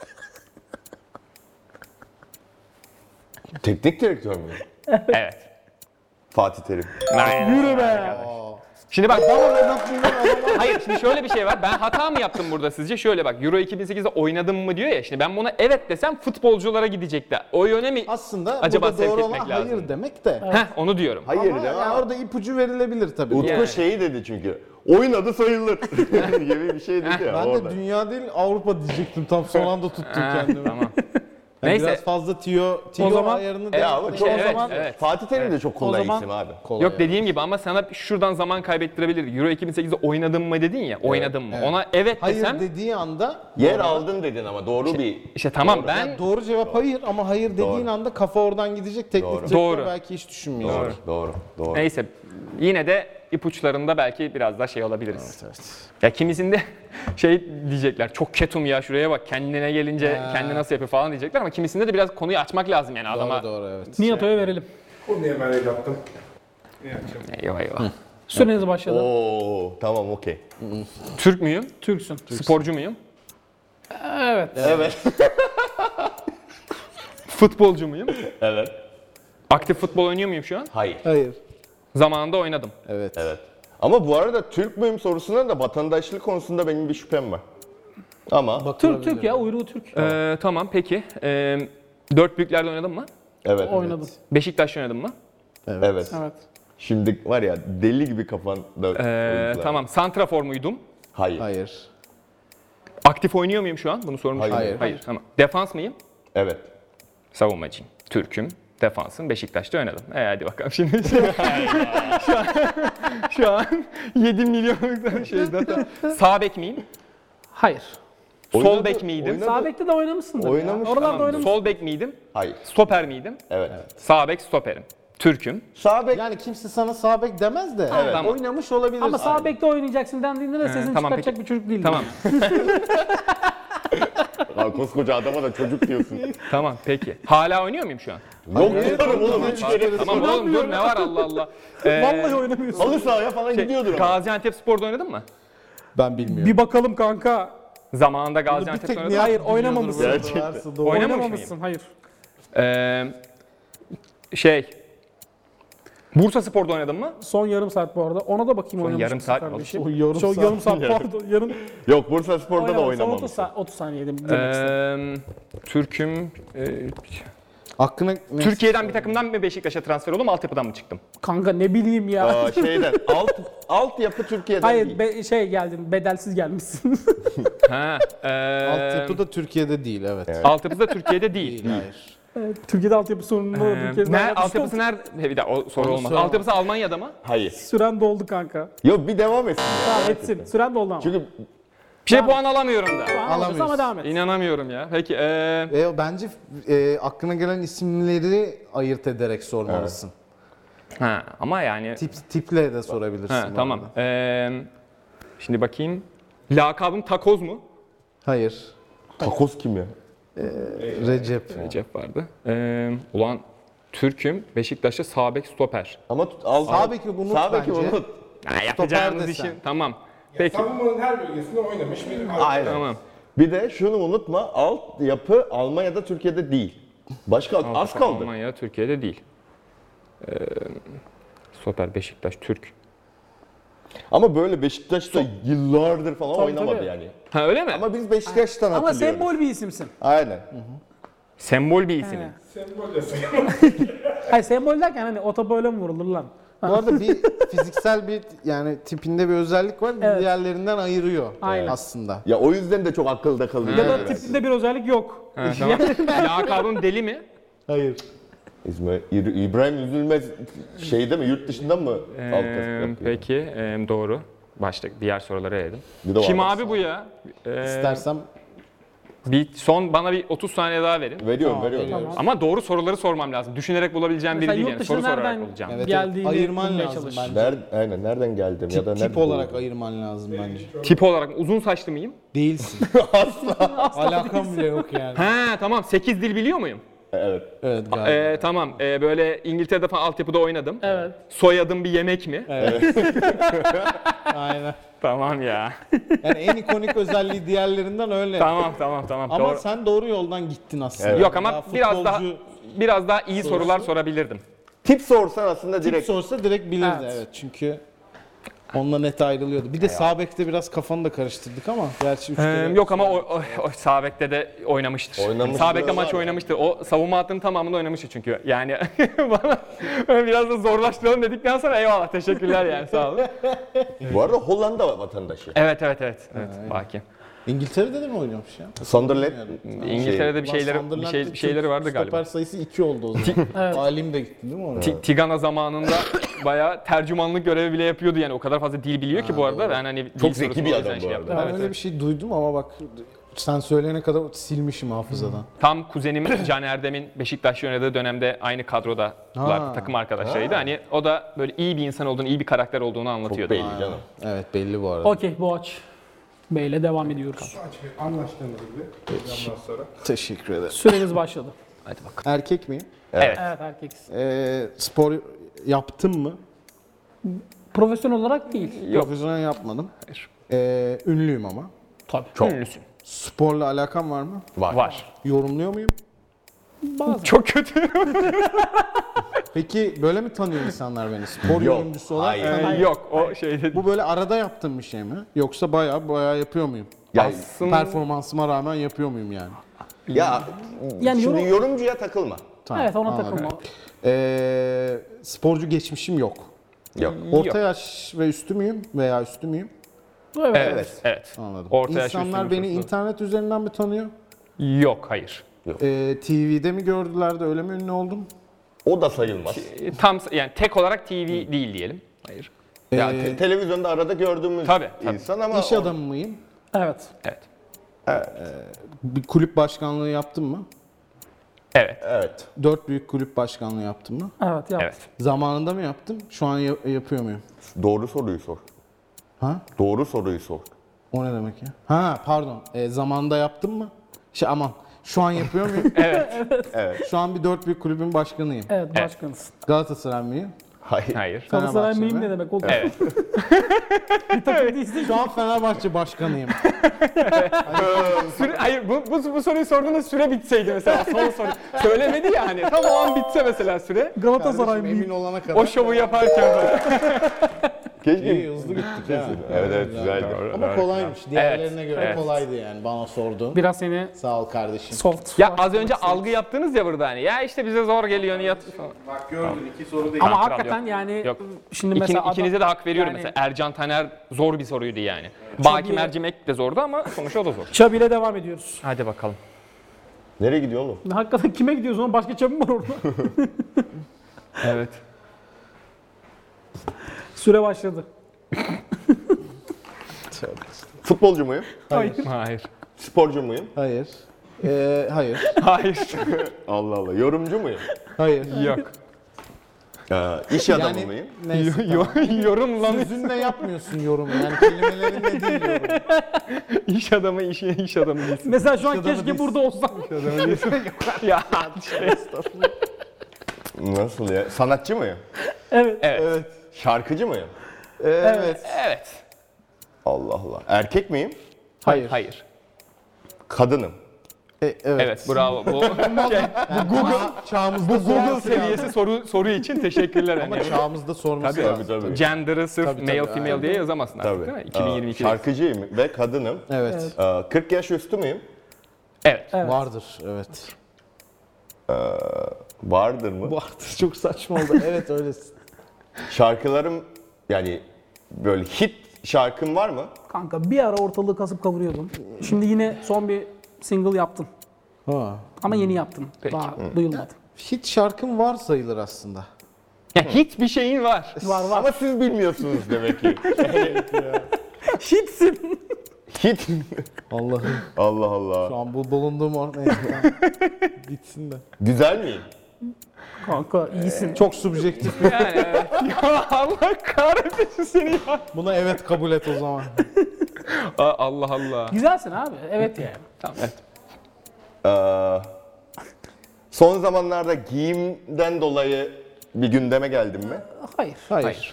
Teknik direktör mü?
Evet.
Fatih Terim.
Yürü be.
Şimdi bak, hayır, şimdi şöyle bir şey var. Ben hata mı yaptım burada sizce? Şöyle bak, Euro iki bin sekizde oynadım mı diyor ya. Şimdi ben buna evet desem futbolculara gidecekti. O yöne mi?
aslında
Acaba
burada doğru
sevk
olan
etmek lazım.
hayır demek de.
Heh, onu diyorum.
Hayır
Ama
değil mi?
yani orada ipucu verilebilir tabii.
Utku
Yani.
şeyi dedi çünkü. Oynadı sayılır gibi bir şey dedi ya
Ben
orada.
de dünya değil Avrupa diyecektim, tam son anda tuttum
Ha,
kendimi.
tamam.
Yani
Neyse.
Biraz fazla tiyo, tiyo
O zaman-
ayarını
E ama
denk-
çok,
Evet,
zaman-
evet.
Fatih Terim de çok kolay
zaman-
isim abi.
kolay
Yok,
yani.
dediğim gibi ama sana şuradan zaman kaybettirebilir. Euro iki bin sekizde oynadın mı dedin ya, oynadın mı?
evet.
Ona evet
Hayır
desem,
dediği anda
Yer
doğru.
aldın dedin ama doğru bir...
işte tamam
Doğru.
ben
Yani doğru cevap hayır ama hayır dediğin
Doğru.
anda kafa oradan gidecek, teknik
Doğru.
direktör
Doğru.
belki hiç düşünmeyecek.
Doğru, doğru, doğru.
neyse yine de ipuçlarında belki biraz daha şey olabiliriz.
Evet, evet.
Ya kimisinde şey diyecekler, çok ketum ya şuraya bak, kendine gelince
Ha.
kendi nasıl yapıyor falan diyecekler ama kimisinde de biraz konuyu açmak lazım yani adama.
Doğru doğru evet.
Niyato'ya verelim.
Konuya hemen el attım. İyi akşamlar.
Eyvah eyvah.
Süreniz başladı.
Oo, tamam okey.
Türk müyüm?
Türksün.
Sporcu muyum?
Evet.
Evet.
Futbolcu muyum?
Evet.
Aktif futbol oynuyor muyum şu an?
Hayır.
Hayır.
Zamanında oynadım.
Evet.
Evet. Ama bu arada Türk müyüm sorusuna da vatandaşlık konusunda benim bir şüphem var. Ama
Türk Türk ya, uyruğu Türk.
Ee, tamam peki. Ee, dört büyüklerde oynadın mı?
evet.
Oynadım.
Beşiktaş'ta oynadın mı?
Evet.
Evet.
Evet.
Şimdi var ya deli gibi kafanda
Ee,
oyuncular.
tamam. Santrafor muydum?
Hayır.
Hayır.
Aktif oynuyor muyum şu an? Bunu sormuş.
Hayır.
Hayır.
Hayır.
Tamam. Defans mıyım?
Evet.
Savunmacıyım. Türk'üm. Defansım. Beşiktaş'ta oynadım. E hadi bakalım şimdi. şu an, şu an yedi milyonluk şeyde. Sağ bek miyim?
Hayır.
Sol
Oynadı,
bek miydim?
oynadı.
Sağ bekte de oynamışsındır
Oynamış,
ya. Oralarda
tamam.
oynamışsın.
Sol bek miydim?
Hayır.
Stoper miydim?
Evet.
Sağ bek stoperim. Türk'üm.
Sağ bek.
Yani kimse sana sağ bek demez de
Evet.
Tamam.
oynamış olabilir.
Ama sağ bekte oynayacaksın dendiğinde de sesini
tamam,
çıkartacak
peki.
bir çocuk değil.
Tamam.
Lan koskoca adama da çocuk diyorsun.
Tamam peki. Hala oynuyor muyum şu an?
Yok diyorum oğlum. Üç kere
Tamam oğlum dur ne var Allah Allah. Ee,
Vallahi oynamıyorsun.
halı sahaya falan
şey,
gidiyordur ama.
Gaziantep Spor'da oynadın mı?
Ben bilmiyorum.
Bir bakalım kanka.
Zamanında
bir
Gaziantep'te
tek
oynadın mı?
Hayır, oynamamışsın.
Gerçekten.
Varsa doğru.
Oynamamış
Oynamamışsın. Hayır.
Ee, şey Bursa Spor'da oynadın mı?
Son yarım saat bu arada. Ona da bakayım oynamış
yarım
mısın
saat
kardeşim.
O yarım
Son
saat.
yarım saat pardon. Yarın
Yok Bursa Spor'da da
oynamamışsın.
oynamamış.
otuz, sa- otuz saniyede demek istedim.
Ee, Türk'üm. Ee,
Aklına ne-
Türkiye'den bir takımdan mı Beşiktaş'a transfer oldum, altyapıdan mı çıktım?
Kanka ne bileyim ya.
Aa, şeyden alt altyapı Türkiye'den
Hayır
değil.
be- şey geldin, bedelsiz gelmişsin.
Ha, ee,
Altyapı da Türkiye'de değil, evet.
Evet.
altyapısı da Türkiye'de değil.
Değil, hayır.
Türkiye'de altyapı sorununu da bir
Ee,
kez
ne,
daha yapmış
altyapısı
olduk.
nerede? Bir daha o soru
Onu
olmaz.
sorma.
Altyapısı Almanya'da mı?
Hayır.
Süren doldu kanka.
Yok bir devam etsin ya.
Tamam etsin. Süren doldu ama.
Çünkü
Bir şey puan alamıyorum da.
Alamıyorsun
alamıyorsun.
ama devam et.
İnanamıyorum ya. Peki ee,
E, bence e, aklına gelen isimleri ayırt ederek sormalısın.
ha, ama yani
Tip, tiple de sorabilirsin.
ha,
bu
tamam.
arada.
Ee, şimdi bakayım. Lakabım Takoz mu?
Hayır.
takoz kim ya?
Recep.
Recep vardı. Ee, ulan Türk'üm. Beşiktaş'ta sağ bek stoper.
Ama tut, al,
Sağ beki unut
Sağ beki
bence.
unut.
Ya, yapacağımız
desen.
işin. Tamam. Peki.
Savunmanın her bölgesinde oynamış bir
Aynen.
Tamam.
Bir de şunu unutma, alt yapı Almanya'da Türkiye'de değil. Başka az kaldı.
Almanya, Türkiye'de değil. Ee, stoper Beşiktaş Türk.
Ama böyle Beşiktaş'ta yıllardır falan
Tabii,
oynamadı
tabii.
yani.
Ha öyle mi?
Ama biz Beşiktaş'tan
Ama
hatırlıyoruz.
sembol bir isimsin.
Aynen.
Sembol bir isim.
He.
sembol de sayılır.
Hayır sembol derken hani o topa öyle mi vurulur lan?
Bu arada bir fiziksel bir yani tipinde bir özellik var.
Evet.
Diğerlerinden ayırıyor
Aynen.
aslında.
Ya o yüzden de çok akılda kalıyor.
Ya da
Evet.
tipinde bir özellik yok.
Ha, tamam. Lakabım Deli mi?
Hayır.
İsmi İ- İbrahim Üzülmez şeyde mi yurt dışından mı
Ee,
alt kas yapıyor?
peki ee, doğru. Başta diğer sorulara eledim.
Bir de o
Kim
adam.
abi bu ya? Ee,
İstersem
Bir son bana bir otuz saniye daha verin.
Veriyorum,
Tamam,
veriyorum.
veriyorum.
Ama doğru soruları sormam lazım. Düşünerek bulabileceğim biri
Mesela
değil
yurt
yani.
dışına
Soru sorarak
nereden
bulacağım.
Evet,
geldiğini
ayırman
bulmaya
lazım
çalış.
bence.
Nerede, aynen nereden geldim ya da
Tip,
nerede
tip olarak
doğdum?
ayırman lazım bence.
Tip olarak uzun saçlı mıyım?
Değilsin. Alakam bile yok yani.
Ha tamam. sekiz dil biliyor muyum?
Evet.
Evet galiba.
Ee, tamam. Ee, böyle İngiltere'de falan altyapıda oynadım.
Evet.
Soyadım bir yemek mi?
Aynen.
Tamam ya.
Yani en ikonik özelliği diğerlerinden öyle.
tamam tamam tamam.
Ama
Doğru.
sen doğru yoldan gittin aslında.
Evet.
Yok ama
Daha
biraz daha
futbolcu
biraz daha iyi
sorusu.
sorular sorabilirdim.
Tip sorsan aslında
tip
direkt
sorsa direkt bilirdi evet.
Evet.
Çünkü onunla net ayrılıyordu. Bir de sağ bekte biraz kafanı da karıştırdık ama gerçi üç
Ee,
kere-
yok ama o, o, o sağ bekte de oynamıştır.
Oynamıştır
Sağ bekte
diyorlar
maç
ya.
oynamıştır. O savunma hattının tamamında oynamıştır çünkü. Yani bana biraz da zorlaştıralım dedikten sonra eyvallah teşekkürler yani sağ olun.
Bu arada Hollanda vatandaşı.
Evet evet evet. Evet Baki.
İngiltere'de de mi oynuyormuş ya?
Sunderland.
İngiltere'de bir
Ulan
şeyleri bir
Sunderland'da
şey bir şeyleri vardı
Türk
galiba.
Stoper sayısı iki oldu o zaman.
Evet.
Alim de gitti değil mi oraya?
Ti- Tigana zamanında bayağı tercümanlık görevi bile yapıyordu yani o kadar fazla dil biliyor ki bu arada. Ben hani dil
Çok
sorusunu
zeki bir
o yüzden
adam
şey
bu
yaptım.
arada.
Ben
Evet,
öyle
evet.
bir şey duydum ama bak sen söyleyene kadar silmişim hafızadan.
Tam kuzenim Can Erdem'in Beşiktaş'ta oynadığı dönemde aynı kadrodalar,
Ha.
takım arkadaşlarıydı. Hani o da böyle iyi bir insan olduğunu, iyi bir karakter olduğunu
Çok
anlatıyordu.
belli canım.
Evet belli bu arada.
Okey Boğaç Bey'le devam ediyoruz.
Aç bir anlaştığımız gibi. Ondan sonra.
Teşekkür ederim.
Süreniz başladı.
Hadi bakalım.
Erkek miyim?
Evet.
Evet erkeksin.
Ee, spor yaptım mı?
Profesyonel olarak değil.
Yok.
Profesyonel yapmadım.
Hayır.
Ee, ünlüyüm ama.
Tabii.
Çok.
Ünlüsün.
Sporla alakam var mı?
Var.
Var.
Yorumluyor muyum?
Bazen.
Çok kötü.
Peki böyle mi tanıyor insanlar beni? Spor
Yok,
yorumcusu olarak
hayır.
tanıyor.
Ee, Yok o şeyde.
Bu böyle arada yaptığım bir şey mi? Yoksa bayağı bayağı yapıyor muyum?
Ya,
Aslında
Performansıma rağmen yapıyor muyum yani?
ya
Yani
şimdi
yorum-
yorumcuya takılma.
Tamam,
Evet ona
anladım.
takılma.
Ee, sporcu geçmişim yok.
Yok.
Orta
Yok.
yaş ve üstü müyüm veya üstü müyüm?
Evet.
Evet. Evet.
Anladım.
Orta yaş
İnsanlar
üstü
beni
nüfuslu.
internet üzerinden mi tanıyor?
Yok hayır.
Ee, T V'de mi gördüler de öyle mi ünlü oldum?
O da sayılmaz.
E, Tam yani tek olarak T V değil diyelim. Hayır.
Ya
Ee,
te- televizyonda arada gördüğümüz
Tabii, tabii.
insan ama
İş adamı mıyım?
Evet.
Evet.
Bir kulüp başkanlığı yaptım mı?
Evet.
evet.
Dört büyük kulüp başkanlığı yaptım mı?
Evet yap.
Evet.
Zamanında mı yaptım? Şu an ya- yapıyor muyum?
Doğru soruyu sor.
Ha?
Doğru soruyu sor.
O ne demek ya? Ha pardon. E, zamanında yaptım mı? Şey aman. Şu an yapıyor muyum?
Evet.
Evet.
Şu an bir dört büyük kulübün başkanıyım.
Evet başkanısın.
Galatasaray mıyım?
Hayır.
Hayır.
Galatasaray
Fenerbahçe
miyim
mi?
ne demek oldu?
Evet.
Bir takım değilsin.
Şu an Fenerbahçe başkanıyım.
Süre, hayır bu, bu, bu soruyu sorduğunda süre bitseydi mesela son soru. Söylemedi ya hani tam o an bitse mesela süre.
Galatasaray
Kardeşim,
mıyım?
emin olana kadar.
O şovu yaparken böyle.
Keşke.
İyi hızlı gittik ya.
Evet evet güzeldi.
Ama kolaymış. Diğerlerine göre
evet.
kolaydı yani bana sorduğun.
Biraz seni
Sağ ol kardeşim.
soft.
Ya az önce algı yaptınız ya burada hani. Ya işte bize zor geliyor niyat falan.
Bak gördün iki soru değil.
Ama
Tamam,
hakikaten
yok.
yani
Yok.
şimdi
İkin,
mesela adam-
ikinize de hak veriyorum
yani-
mesela. Ercan Taner zor bir soruydu yani. Baki
iyi.
Mercimek de zordu ama sonuçta o da zor.
Çabi ile devam ediyoruz.
Hadi bakalım.
Nereye gidiyor oğlum?
Hakikaten kime gidiyorsun? Oğlum? Başka çabim var orada.
Evet.
Süre başladı.
Futbolcu muyum?
Hayır.
Hayır.
Sporcu muyum?
Hayır. Ee, hayır.
Hayır.
Allah Allah. Yorumcu muyum?
Hayır.
Yok.
Ee, iş adamı
Yani
mıyım?
neyse
Yo-
tamam.
yorum lan.
Sözünle yapmıyorsun yorumu. Yani kelimelerinle değil yorum.
İş adamı işi iş adamı değilsin.
Mesela şu an
adamı
keşke
değilsin.
burada olsam.
Ya işte.
Nasıl ya? Sanatçı mıyım?
Evet.
Evet.
Şarkıcı mıyım?
Evet.
Evet.
Allah Allah. Erkek miyim?
Hayır.
Hayır.
Kadınım.
E, evet.
Evet bravo. Bu, şey,
Yani Google çağımızda
bu Google
sorması
seviyesi
lazım.
soru soru için teşekkürler.
Ama
hani.
çağımızda sorması
Tabii,
lazım.
Tabii tabii.
Gender'ı sırf
Tabii,
male
tabii,
female
aynen.
diye yazamazsın artık
Tabii.
değil mi?
Ee,
iki bin yirmi ikide.
Şarkıcıyım ve kadınım.
Evet.
Ee, kırk yaş üstü müyüm?
Evet.
Evet.
Vardır. Evet.
Vardır mı?
Vardır. Çok saçma oldu. Evet öylesin.
Şarkılarım yani böyle hit şarkım var mı?
Kanka bir ara ortalığı kasıp kavuruyordum. Şimdi yine son bir single yaptın.
Ha.
Ama yeni yaptın.
Peki.
Daha duyulmadı.
Hit şarkım var sayılır aslında.
Ya hiçbir şeyin var.
Var var.
Ama siz bilmiyorsunuz demek ki.
Hitsin.
Hiç.
Allah'ım.
Allah Allah.
Şu an bu bulunduğum orada bitsin de.
Güzel miyim?
Kanka iyisin.
Çok subjektif.
Yani evet. Ya Allah kahretsin seni ya.
Buna evet kabul et o zaman.
Aa, Allah Allah.
Güzelsin abi. Evet yani.
Tamam evet.
Ee, son zamanlarda giyimden dolayı bir gündeme geldin mi?
Hayır.
Hayır.
Hayır.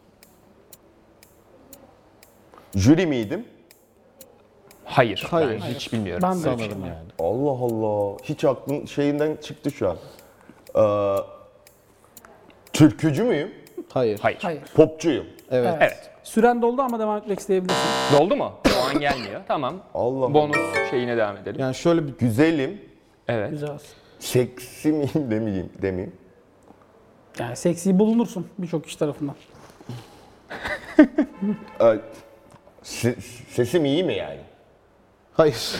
Jüri miydim?
Hayır.
Hayır.
Ben hiç bilmiyorum.
Ben de öyle bir şey
Sanırım
yok.
yani.
Allah Allah. Hiç aklın şeyinden çıktı şu an. Ee, türkücü müyüm?
Hayır.
Hayır.
Hayır.
Popçuyum.
Evet.
Evet.
Evet.
Süren doldu ama devam etmek isteyebilirsin.
Doldu mu? O an gelmiyor. Tamam.
Allah
Bonus şeyine devam edelim.
Yani şöyle bir
Güzelim.
Evet.
Güzelsin.
Seksi miyim demeyeyim. demeyeyim.
Yani seksi bulunursun birçok kişi tarafından.
Ee, se- sesim iyi mi yani?
hayır.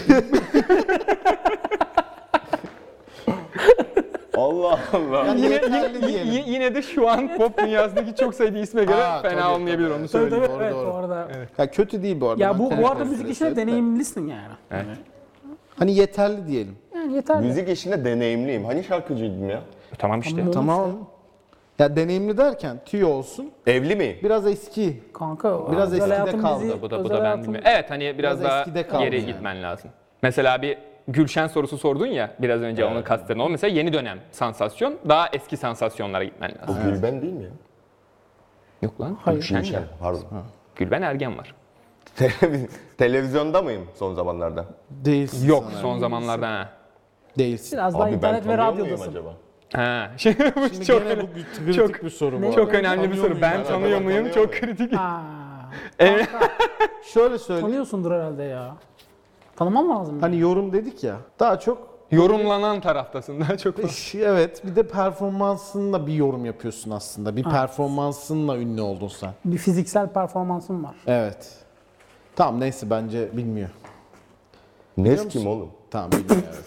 Allah Allah.
Yani
Yine,
yeterli
yine,
diyelim.
yine, yine de şu an pop dünyasındaki çok sayıda isme göre
Aa,
fena
tabii,
olmayabilir
tabii.
onu
Tabii
söyleyeyim.
tabii.
doğru,
Evet,
doğru.
bu arada.
Ya kötü değil bu arada.
Ya
Ben
bu bu
konuşmak
arada müzik
istedim
işine
de.
deneyimlisin yani.
Evet.
Hani yeterli diyelim.
Yani yeterli.
Müzik işinde deneyimliyim. Hani şarkıcıydım ya?
Tamam işte.
Tamam.
Tamam. Ya deneyimli derken tüyo olsun.
Evli miyim?
Biraz eski.
Kanka
Biraz
özel
eskide
hayatın
kaldı.
bizi-
Bu da bu
özel
da ben
hayatın-
bilmiyorum. Evet hani biraz,
Biraz
daha
eskide kaldı
geri
yani.
gitmen lazım. Mesela bir Gülşen sorusu sordun ya biraz önce onun kastını. O mesela yeni dönem sansasyon. Daha eski sansasyonlara gitmen lazım.
Bu Gülben değil mi ya?
Yok lan.
Hayır.
Gülşen
Gülşen,
ya.
pardon.
Gülben Ergen var.
Televiz- Televizyonda mıyım son zamanlarda?
Değilsin.
Yok
sana.
son zamanlarda ha.
Değilsin.
Biraz daha
Abi ben
internet ve
tanıyor muyum
radyodasın.
acaba?
Ha. Şimdi bu
Şimdi
çok
gene bu kritik
çok-
bir soru bu.
Ne?
arada.
çok önemli bir
Tanıyor
soru.
muyum
Ben
ben?
tanıyor
Ben
muyum?
tanıyor
Çok
muyum?
kritik.
Aa,
Evet.
Şöyle söyleyeyim.
tanıyorsundur herhalde ya. Tanımam lazım.
Hani yorum dedik ya. Daha çok
Yorumlanan taraftasın daha çok.
evet bir de performansınla bir yorum yapıyorsun aslında. Bir performansınla ünlü oldun sen.
Bir fiziksel performansım var.
Evet. Tamam neyse bence bilmiyor.
Nes kim oğlum?
Tamam bilmiyor evet.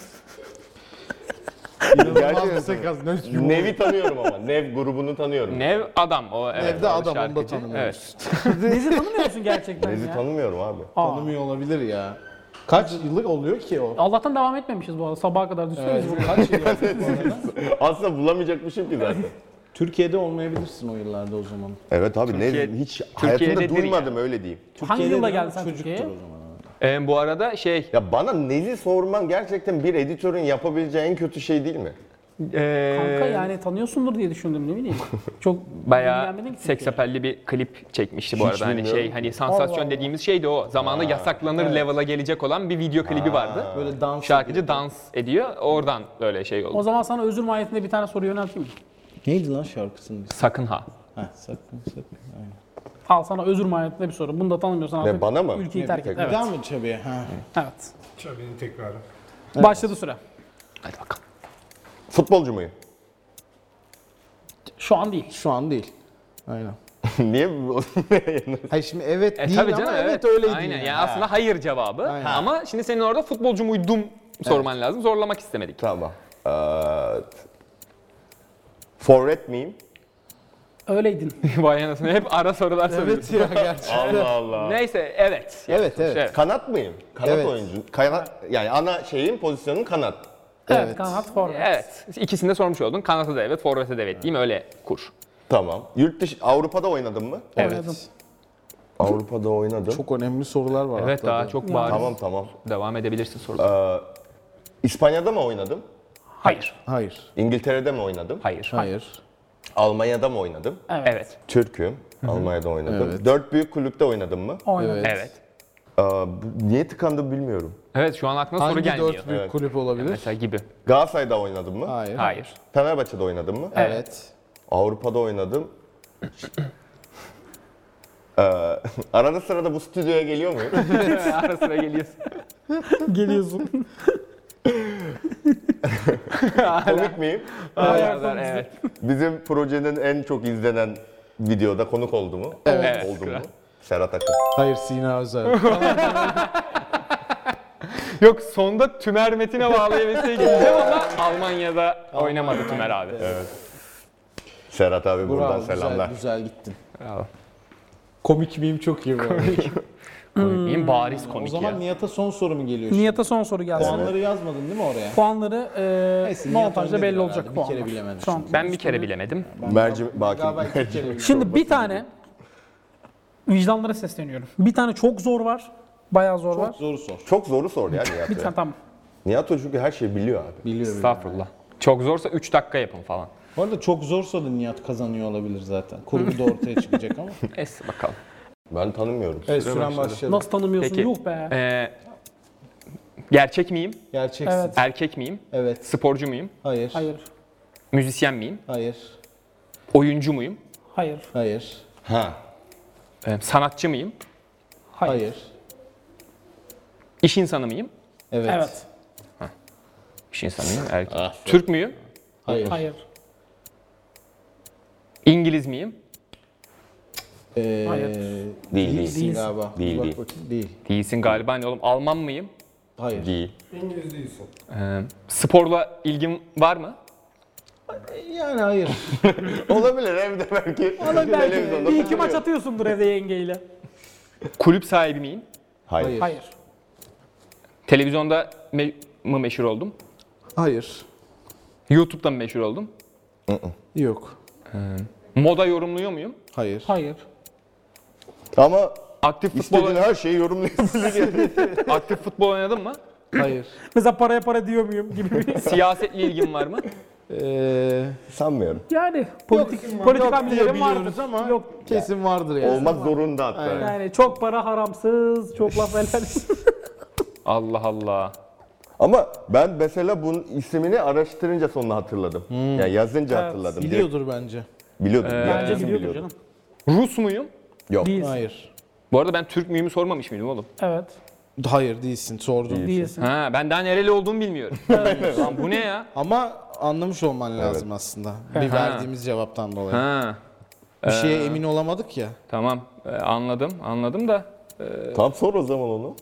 İnanılmaz
Gerçekten
bir sekans. Ne kim
Nev'i tanıyorum ama. Nev grubunu tanıyorum.
Nev adam o evet.
Evde
o
adam onu da
şarkıcı.
tanımıyoruz.
Evet.
Nezi tanımıyor musun gerçekten
Nez'i
ya?
tanımıyorum abi.
Aa,
Tanımıyor olabilir ya. Kaç yıllık oluyor ki o?
Allah'tan devam etmemişiz bu arada. Sabaha kadar düşünüyoruz
Evet,
bunu.
kaç yıl yaptık bu arada?
Aslında bulamayacakmışım ki zaten.
Türkiye'de olmayabilirsin o yıllarda o zaman.
Evet abi
Türkiye-
Nev hiç
Türkiye'dedir
hayatımda duymadım öyle diyeyim.
Hangi
Türkiye'de
yılda
de
geldin sen
çocuktur
Türkiye'ye?
o zaman.
Ee, bu arada şey
Ya bana Nez'i sorman gerçekten bir editörün yapabileceği en kötü şey değil mi?
ee,
Kanka yani tanıyorsundur diye düşündüm ne bileyim. Çok
bayağı
ilgilenmedin ki
seks
Türkiye'ye.
apelli bir klip çekmişti bu
Hiç
arada. Hani
bilmiyorum.
şey hani sansasyon
Allah Allah.
dediğimiz şey de o. Zamanında yasaklanır level'a gelecek olan bir video klibi vardı.
Böyle dans
Şarkıcı
ediyor.
dans ediyor. Oradan böyle şey
O
oldu.
zaman sana özür mahiyetinde bir tane soru yönelteyim mi?
Neydi lan şarkısının ismi?
Sakın ha.
Heh, sakın sakın. Aynen.
Al sana özür mahiyetinde bir soru. Bunu da tanımıyorsan artık
bana mı?
ülkeyi terk et.
tekrar.
Evet.
Devam mı Çabi'ye? Ha.
Evet.
Çabi'nin tekrarı.
Başladı süre.
Hadi bakalım.
Futbolcu muyum?
Şu an değil.
Şu an değil. Aynen.
Niye?
Hayır şimdi evet
E
değil
tabii
ama
canım
evet,
evet.
öyleydi.
Aynen.
yani.
Yani aslında hayır cevabı.
Aynen.
Ama şimdi senin orada futbolcu muydum sorman lazım. Zorlamak istemedik.
Tamam. Ee, forvet miyim?
Öyleydin.
Vay anasını hep ara sorular soruyorsun.
Evet ya gerçekten.
Allah Allah.
Neyse evet.
Evet, evet.
Kanat mıyım? Kanat
Evet.
oyuncu. Kanat yani ana şeyin pozisyonun kanat.
Evet,
Evet.
kanat forvet.
Evet. İkisini de sormuş oldun. Kanata da evet, forvete de evet diyeyim öyle kur.
Tamam. Yurt dışı Avrupa'da oynadın mı?
Oynadım.
Avrupa'da oynadım.
Çok önemli sorular var.
Evet
atladım.
daha çok bariz.
Tamam tamam.
Devam edebilirsin sorulara.
Ee, İspanya'da mı oynadım?
Hayır.
Hayır.
İngiltere'de mi oynadım?
Hayır.
Hayır.
Almanya'da mı oynadım?
Evet.
Evet.
Türk'üm. Almanya'da oynadım.
Evet.
Dört büyük kulüpte oynadım mı?
Oynadım.
Evet.
Evet.
Ee, bu- niye tıkandım bilmiyorum.
Evet şu an aklıma soru
Hangi
gelmiyor.
dört büyük
Evet.
kulüp olabilir?
Mesela gibi.
Galatasaray'da oynadım mı?
Hayır.
Hayır.
Fenerbahçe'de oynadım mı?
Evet.
Avrupa'da oynadım. ee, arada sırada bu stüdyoya geliyor muyum?
Ara sıra geliyorsun.
Geliyorsun.
Komik miyim?
Hala, evet.
Bizim projenin en çok izlenen videoda konuk oldu mu?
Evet.
Oldu mu?
Evet.
Serhat Akın.
Hayır Sina Özel.
Yok sonda Tümer Metin'e bağlayabilseye gideceğim ama Almanya'da oynamadı Tümer abi.
Evet. Serhat abi buradan
Bravo,
selamlar.
güzel, güzel gittin.
Bravo.
Komik miyim çok iyi bu arada.
Komik miyim? Bariz
O
komik
zaman
ya.
Nihat'a son soru mu geliyor? şimdi?
Nihat'a son soru gelsin.
Puanları yazmadın değil mi oraya?
Puanları e,
Neyse, Nihat
montajda
öndedir
belli
herhalde.
olacak
Bir
puanlar.
kere bilemedi
Şu an.
Ben bir kere bilemedim.
Merci
Galiba
Baki.
iki kere bildim.
Şimdi bir tane vicdanlara sesleniyorum. Bir tane çok zor var. Bayağı zor var.
Çok zoru sor.
Çok zoru sor ya Nihat.
Bir
ya.
tane tamam.
Nihat o çünkü her şeyi biliyor abi.
Biliyor biliyor.
Estağfurullah. Çok zorsa üç dakika yapın falan.
Bu arada çok zorsa da Nihat kazanıyor olabilir zaten. Kurgu da ortaya çıkacak ama.
Es bakalım.
Ben tanımıyorum.
Evet süren başladı.
Nasıl tanımıyorsun?
Peki.
Yuh be.
Ee, gerçek miyim?
Gerçeksin.
Evet.
Erkek miyim?
Evet.
Sporcu muyum?
Hayır.
Hayır.
Müzisyen miyim?
Hayır.
Oyuncu muyum?
Hayır.
Hayır.
Ha.
Ee, sanatçı mıyım?
Hayır.
Hayır.
İş insanı mıyım?
Evet.
Evet.
İş insanıyım, erkek.
Ah.
Türk müyüm?
Hayır.
Hayır.
İngiliz miyim?
Ee,
Hayır.
Değil,
değilsin
değil.
galiba.
Değil,
Bak
değil.
bakayım. Değil.
Değilsin galiba. Ne oğlum? Alman mıyım?
Hayır.
Değil.
İngiliz değilsin.
Ee, sporla ilgim var mı?
Yani hayır.
Olabilir evde belki.
Belki
Televizyonda
bir iki maç
takılıyor.
atıyorsundur evde yengeyle.
Kulüp sahibi miyim?
Hayır.
Hayır.
Hayır.
Televizyonda me- mı meşhur oldum?
Hayır.
YouTube'da mı meşhur oldum?
Yok.
Moda yorumluyor muyum?
Hayır.
Hayır.
Ama
Aktif futbol
istediğin her şeyi yorumlayabilir yani.
aktif futbol oynadın mı?
Hayır.
Mesela paraya para diyor muyum gibi bir.
Siyasetle ilgin var mı?
Ee,
Sanmıyorum.
Yani politik politik hamlelerim vardır
ama
Yok.
kesin vardır yani.
Olmak zorunda hatta.
Yani çok para haramsız, çok laf helal.
Allah Allah.
Ama ben mesela bunun ismini araştırınca sonunu hatırladım. Yani yazınca
Evet.
hatırladım. Direkt
Biliyordur bence.
biliyordum.
Ee,
Yani
Bence
kesin
biliyordur
biliyordum.
canım.
Rus muyum?
Yok.
Değilsin.
Hayır.
Bu arada ben Türk müyümü sormamış mıydım oğlum?
Evet.
Hayır değilsin. Sordum.
Değilsin.
Ha, ben daha nereli olduğumu bilmiyorum. Lan bu ne ya?
Ama anlamış olman lazım aslında. Bir
Ha.
verdiğimiz cevaptan dolayı.
Ha,
Bir şeye emin olamadık ya.
tamam. Ee, anladım, anladım da.
Tam sor o zaman onu.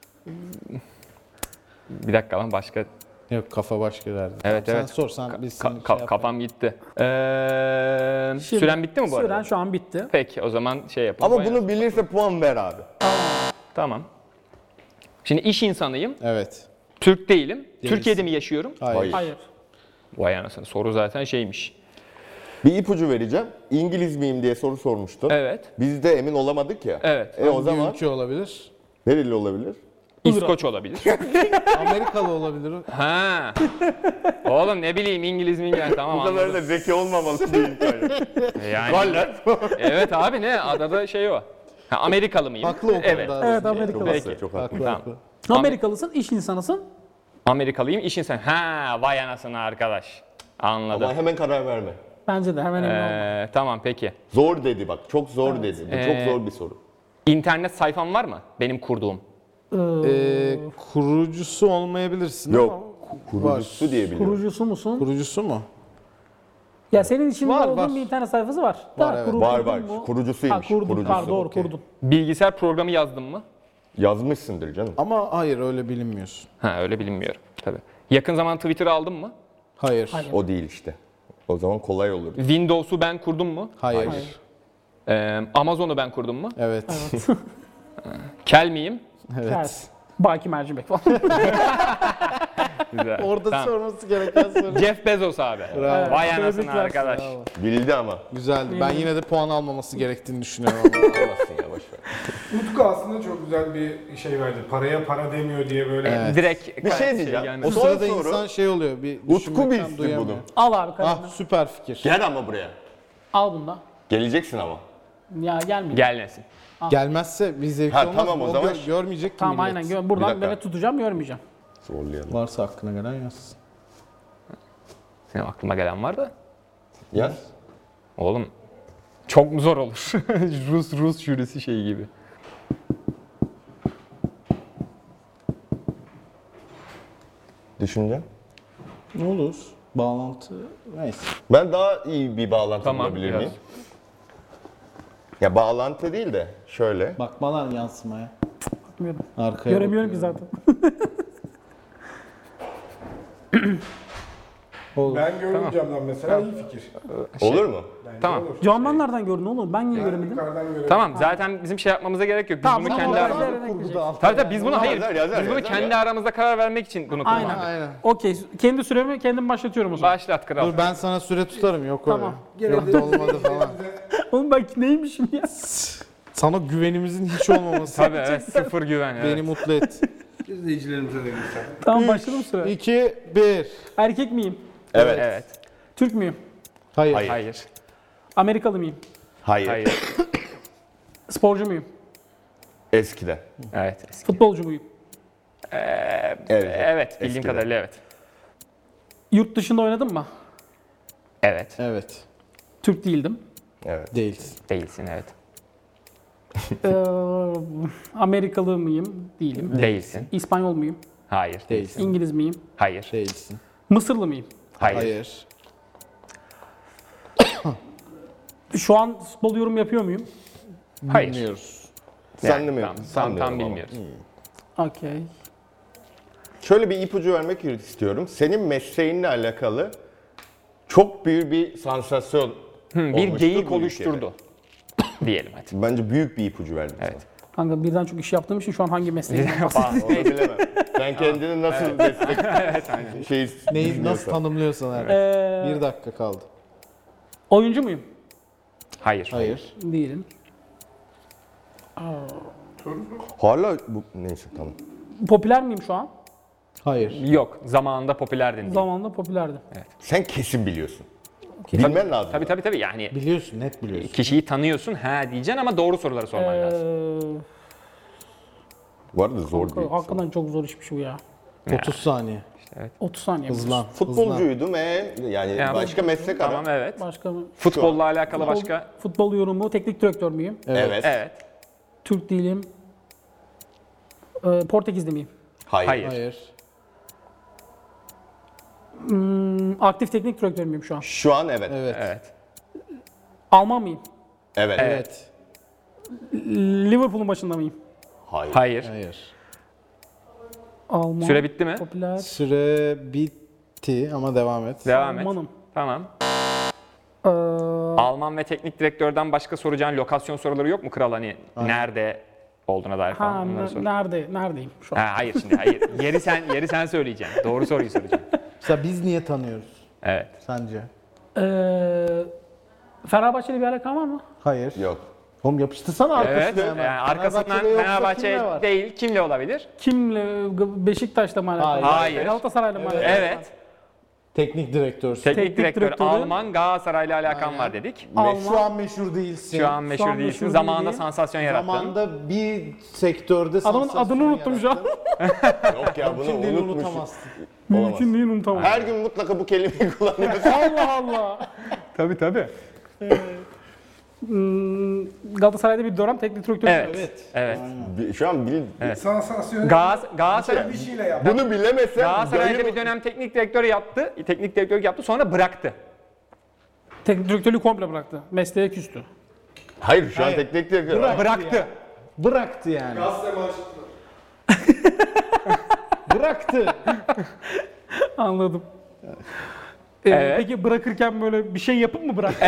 Bir dakika lan başka.
Yok kafa başka derdi.
Evet,
Tamam,
evet.
Sen sorsan biz
Ka-
seni
ka-
şey yapalım.
kafam gitti. Ee,
Şimdi-
süren bitti mi bu arada?
Süren şu an bitti.
Peki o zaman şey yapalım.
Ama
Bayağı-
bunu bilirse puan ver abi.
Tamam. Şimdi iş insanıyım.
Evet.
Türk değilim.
Değilsin.
Türkiye'de mi yaşıyorum?
Hayır.
Hayır.
Hayır.
Vay anasını. Soru zaten şeymiş.
Bir ipucu vereceğim. İngiliz miyim diye soru sormuştun.
Evet.
Biz de emin olamadık ya.
Evet.
E o
Hangi
zaman
ülke olabilir?
nereli olabilir?
İskoç olabilir.
Amerikalı olabilir.
Ha. Oğlum ne bileyim İngiliz mi İngiliz tamam
Bu kadar
anladım.
da zeki olmamalı değil.
Yani,
Galler.
evet abi ne adada şey o. Ha, Amerikalı mıyım?
Haklı o konuda.
Evet.
abi.
Evet Amerikalı.
Peki.
Çok haklı.
Haklı
Tamam.
haklı.
Amerikalısın, iş insanısın.
Amerikalıyım iş insanı. Ha vay anasını arkadaş. Anladım.
Ama hemen karar verme.
Bence de hemen emin olma.
Ee, tamam peki.
Zor dedi bak. Çok zor dedi. Bu
Ee,
çok zor bir soru.
İnternet sayfam var mı? Benim kurduğum.
Ee, kurucusu olmayabilirsin
Yok.
ama
Kurucusu diye biliyorum.
Kurucusu musun?
kurucusu mu?
Ya senin içinde
Var,
olduğun
var.
bir internet sayfası var.
Var,
Da,
evet.
kurdun
Var var.
mu?
Kurucusuymuş.
Ha kurdun,
Kurucusu.
pardon doğru
okey.
kurdun.
Bilgisayar programı yazdım mı?
Yazmışsındır canım.
Ama hayır öyle bilinmiyorsun.
Ha öyle bilinmiyorum tabii. Yakın zaman Twitter'ı aldım mı?
Hayır.
Hayır.
O değil işte. O zaman kolay olur.
Windows'u
ben kurdum mu?
Hayır.
Hayır.
Ee, Amazon'u ben kurdum mu?
Evet.
Kel miyim?
Evet.
Ters. Baki mercimek falan.
Güzel.
Orada
Tamam.
sorması gereken soru.
Jeff Bezos abi.
Bravo.
Vay anasını
Tebrikler.
arkadaş.
Bravo.
Bildi ama.
Güzeldi. Ben yine de puan almaması gerektiğini düşünüyorum ama.
Allah'sın ya boş ver.
Utku aslında çok güzel bir şey verdi. Paraya para demiyor diye böyle.
Evet.
Direkt
Bir şey diyeceğim.
gelmedi.
O
Son
sırada
soru.
insan şey oluyor. Bir
Utku
düşünmekten
bilsin
duyamıyor.
bunu.
Al abi kalemini.
Ah süper fikir.
Gel ama buraya.
Al bunu da.
Geleceksin ama.
Ya gelmiyor.
Gelmesin.
Gelmezse bir zevki
Ha,
olmaz.
tamam, o
O
zaman-
gör- görmeyecek ki
Tamam
millet.
aynen. Gö-
Bir
Buradan
dakika.
böyle tutacağım, görmeyeceğim.
Zorlayalım.
Varsa aklına gelen yazsın.
Senin aklıma gelen var da.
Yaz.
Oğlum çok mu zor olur? Rus Rus jürisi şey gibi.
Düşünce.
Ne olur? Bağlantı neyse.
Ben daha iyi bir bağlantı
Tamam,
bulabilir
yaz.
miyim? Ya bağlantı değil de şöyle.
Bakma lan yansımaya.
Bakmıyorum.
Arkaya
Göremiyorum ki
bakıyorum.
zaten.
Olur.
Ben görüneceğimden mesela iyi fikir.
Olur mu?
Bence
Tamam.
olur.
Canman nereden gördün oğlum? Ben niye
Yani
göremedim?
yukarıdan görelim.
Tamam zaten bizim şey yapmamıza gerek yok. Biz
Tamam,
bunu
tamam,
kendi
tamam.
aramızda...
Kurguda alt.
Tabii tabii biz bunu hayır.
Yazar, yazar,
Biz bunu
yazar
kendi
ya.
aramızda karar vermek için bunu
Aynen.
kullandık.
Aynen.
Okey. Kendi süremi kendim başlatıyorum o zaman.
Başlat kral.
Dur ben sana süre tutarım yok öyle.
Tamam.
Yok da olmadı falan.
Oğlum ben neymişim ya?
Sana güvenimizin hiç olmaması
Tabii evet sıfır güven. Evet.
beni mutlu et.
İzleyicilerimize de göster.
Tamam başladım süre.
iki, bir.
Erkek miyim?
Evet.
Evet.
Türk müyüm?
Hayır.
Hayır.
Hayır.
Amerikalı mıyım?
Hayır.
Hayır.
Sporcu muyum?
Eskiden.
Evet. Eski.
Futbolcu muyum?
Evet.
Evet. Bildiğim
Eskiden.
kadarıyla evet.
Yurt dışında oynadım mı?
Evet.
Evet.
Türk değildim.
Evet.
Değilsin.
Değilsin evet.
Ee, Amerikalı mıyım? Değilim.
Değilsin.
İspanyol muyum?
Hayır.
Değilsin.
İngiliz miyim?
Hayır.
Değilsin.
Mısırlı mıyım?
Hayır.
Hayır.
Şu an futbol yorum yapıyor muyum?
Hayır.
Bilmiyoruz.
Sen de
Yani
mi?
Tam, tam,
Sanmıyorum
tam
ama.
bilmiyoruz.
Okey.
Şöyle bir ipucu vermek istiyorum. Senin mesleğinle alakalı çok büyük bir sansasyon
Hı, bir
olmuştur
geyik
bu
oluşturdu. Diyelim hadi.
ülkede. Bence büyük bir ipucu verdim
Evet.
Kanka birden çok iş yaptığım için şu an hangi mesleğim?
sana. Onu bilemem. Sen kendini nasıl meslek
Evet aynen.
şey
Neyi nasıl
düşünüyorsan.
tanımlıyorsan evet.
Ee,
Bir dakika kaldı.
oyuncu muyum?
Hayır.
Hayır.
Değilim.
Hala bu neyse tamam.
Popüler miyim şu an?
Hayır.
Yok. Zamanında popülerdin diye.
Zamanında popülerdim.
Sen kesin biliyorsun. Bilmen lazım.
Tabii tabii tabii yani
Biliyorsun, net biliyorsun.
kişiyi tanıyorsun ha diyeceksin ama doğru soruları sorman lazım.
Ee,
Bu arada zor değil.
hakikaten çok zor işmiş bu ya.
otuz saniye.
otuz saniye. mi?
Hızlan.
Futbolcuydum e yani
Ya,
başka meslek ara.
Tamam evet.
Başka mı?
Futbolla alakalı
Futbol-
başka.
Futbol yorumu, teknik direktör müyüm?
Evet.
Evet.
Türk değilim. Ee, Portekizli miyim?
Hayır.
Hayır.
Hayır.
Hmm, aktif teknik direktör müyüm şu an?
Şu an evet. Evet.
Evet.
Evet.
Alman mıyım?
Evet.
Evet.
Liverpool'un başında mıyım?
Hayır.
Hayır.
Hayır.
Alman.
Süre bitti mi?
Popüler.
Süre bitti ama devam et.
Devam et.
Almanım.
Tamam.
Ee,
Alman ve teknik direktörden başka soracağın lokasyon soruları yok mu kral hani nerede olduğuna dair falan
ha,
onları
ne-
sor.
nerede? Neredeyim şu an?
Ha, hayır şimdi hayır. Yeri sen yeri sen söyleyeceksin. Doğru soruyu soracaksın.
Mesela biz niye tanıyoruz
Evet.
sence?
Ee, Fenerbahçe'yle bir alakan var mı?
Hayır.
Yok.
Oğlum yapıştırsana arkasına
Evet.
hemen.
Yani arkasından
Fenerbahçe'de yoksa
Fenerbahçe
kimle var?
değil kimle olabilir?
Kimle? Beşiktaş'la mı alakalı?
Hayır.
Hayır.
Galatasaray'la mı alakalı?
Evet.
Teknik direktör.
Teknik,
Teknik
direktör
direktörü-
Alman Galatasaray'la alakan var dedik.
Alman.
Şu an meşhur değilsin.
Şu an meşhur
an
değilsin.
meşhur
Zamanında
değilim.
sansasyon yarattın.
Zamanda bir sektörde
Adamın
sansasyon
adını unuttum şu an.
yarattın.
Yok ya bunu
Mümkün değil
unutmuş.
unutamazsın.
Olamaz.
Mümkün değil unutamam.
Her gün mutlaka bu kelimeyi kullanıyorsun.
Allah Allah.
Tabii tabii.
Hmm, Galatasaray'da bir dönem teknik direktör.
Evet.
Evet.
Evet.
Bi- Şu an bil,
Sansasyon
Gaz, Galatasaray,
bir şeyle yap.
bunu bilemezsen
Galatasaray'da
dayı-
bir dönem teknik direktör yaptı. Teknik direktörlük yaptı sonra bıraktı.
Teknik direktörlüğü komple bıraktı. Mesleğe küstü.
Hayır şu an
Hayır.
teknik direktör.
Bırak.
Bıraktı.
Bıraktı yani.
Gazete maaşı.
Bıraktı.
Anladım. Ee,
Evet.
Peki bırakırken böyle bir şey yapıp mı bıraktı?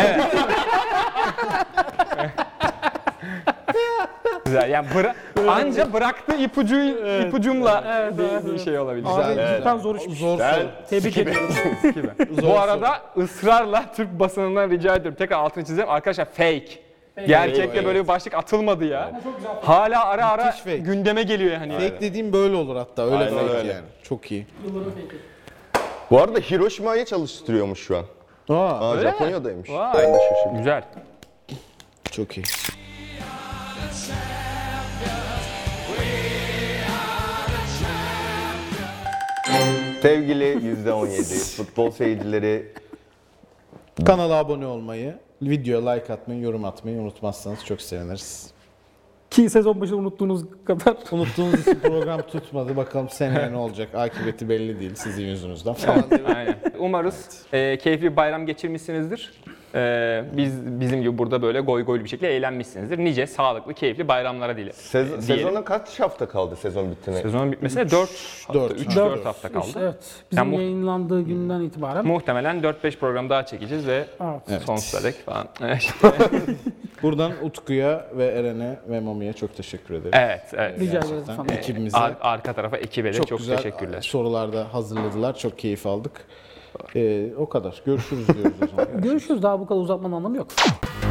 Güzel. Yani bıra anca bıraktı ipucu ipucumla bir, bir şey olabilir.
Abi
Evet.
cidden zor işmiş.
Zor
Ben
soru.
Tebrik ediyorum.
Bu arada ısrarla Türk basınından rica ediyorum. Tekrar altını çizeyim. Arkadaşlar fake. Gerçekte
Fake,
böyle bir başlık atılmadı ya. Hala ara ara
Müthiş fake.
gündeme geliyor yani.
Fake dediğim böyle olur hatta. Öyle
Aynen
fake
öyle.
yani. Çok iyi.
bu arada Hiroşima'yı çalıştırıyormuş şu an.
Aa,
Aa,
Öyle mi?
Japonya'daymış.
Vay.
Ben de şaşırdım.
Güzel.
çok iyi.
Sevgili yüzde on yedi futbol seyircileri,
Kanala abone olmayı, videoya like atmayı, yorum atmayı unutmazsanız çok seviniriz.
Ki sezon başı unuttuğunuz kadar.
Unuttuğunuz için program tutmadı. Bakalım seneye ne olacak? Akıbeti belli değil sizin yüzünüzden falan.
Aynen. Umarız e, keyifli bir bayram geçirmişsinizdir. Ee, biz bizim gibi burada böyle goy goylu bir şekilde eğlenmişsinizdir. Nice sağlıklı, keyifli bayramlara dile.
Sez-
diyelim.
sezona kaç hafta kaldı sezon bittiğine?
Sezonun bitmesine dört hafta, üç dört hafta kaldı.
İşte evet. Bizim
Yani mu-
yayınlandığı günden itibaren.
Muhtemelen dört beş program daha çekeceğiz ve
Evet.
sonsuza dek falan.
Buradan Utku'ya ve Eren'e ve Mami'ye çok teşekkür ederim.
evet, evet.
Rica ederiz
Gerçekten
efendim.
ekibimize
Ar- arka tarafa, ekibe de
çok,
çok,
güzel
teşekkürler.
sorular da hazırladılar. Çok keyif aldık. Ee, o kadar. Görüşürüz diyoruz o zaman.
Görüşürüz. Daha bu kadar uzatmanın anlamı yok.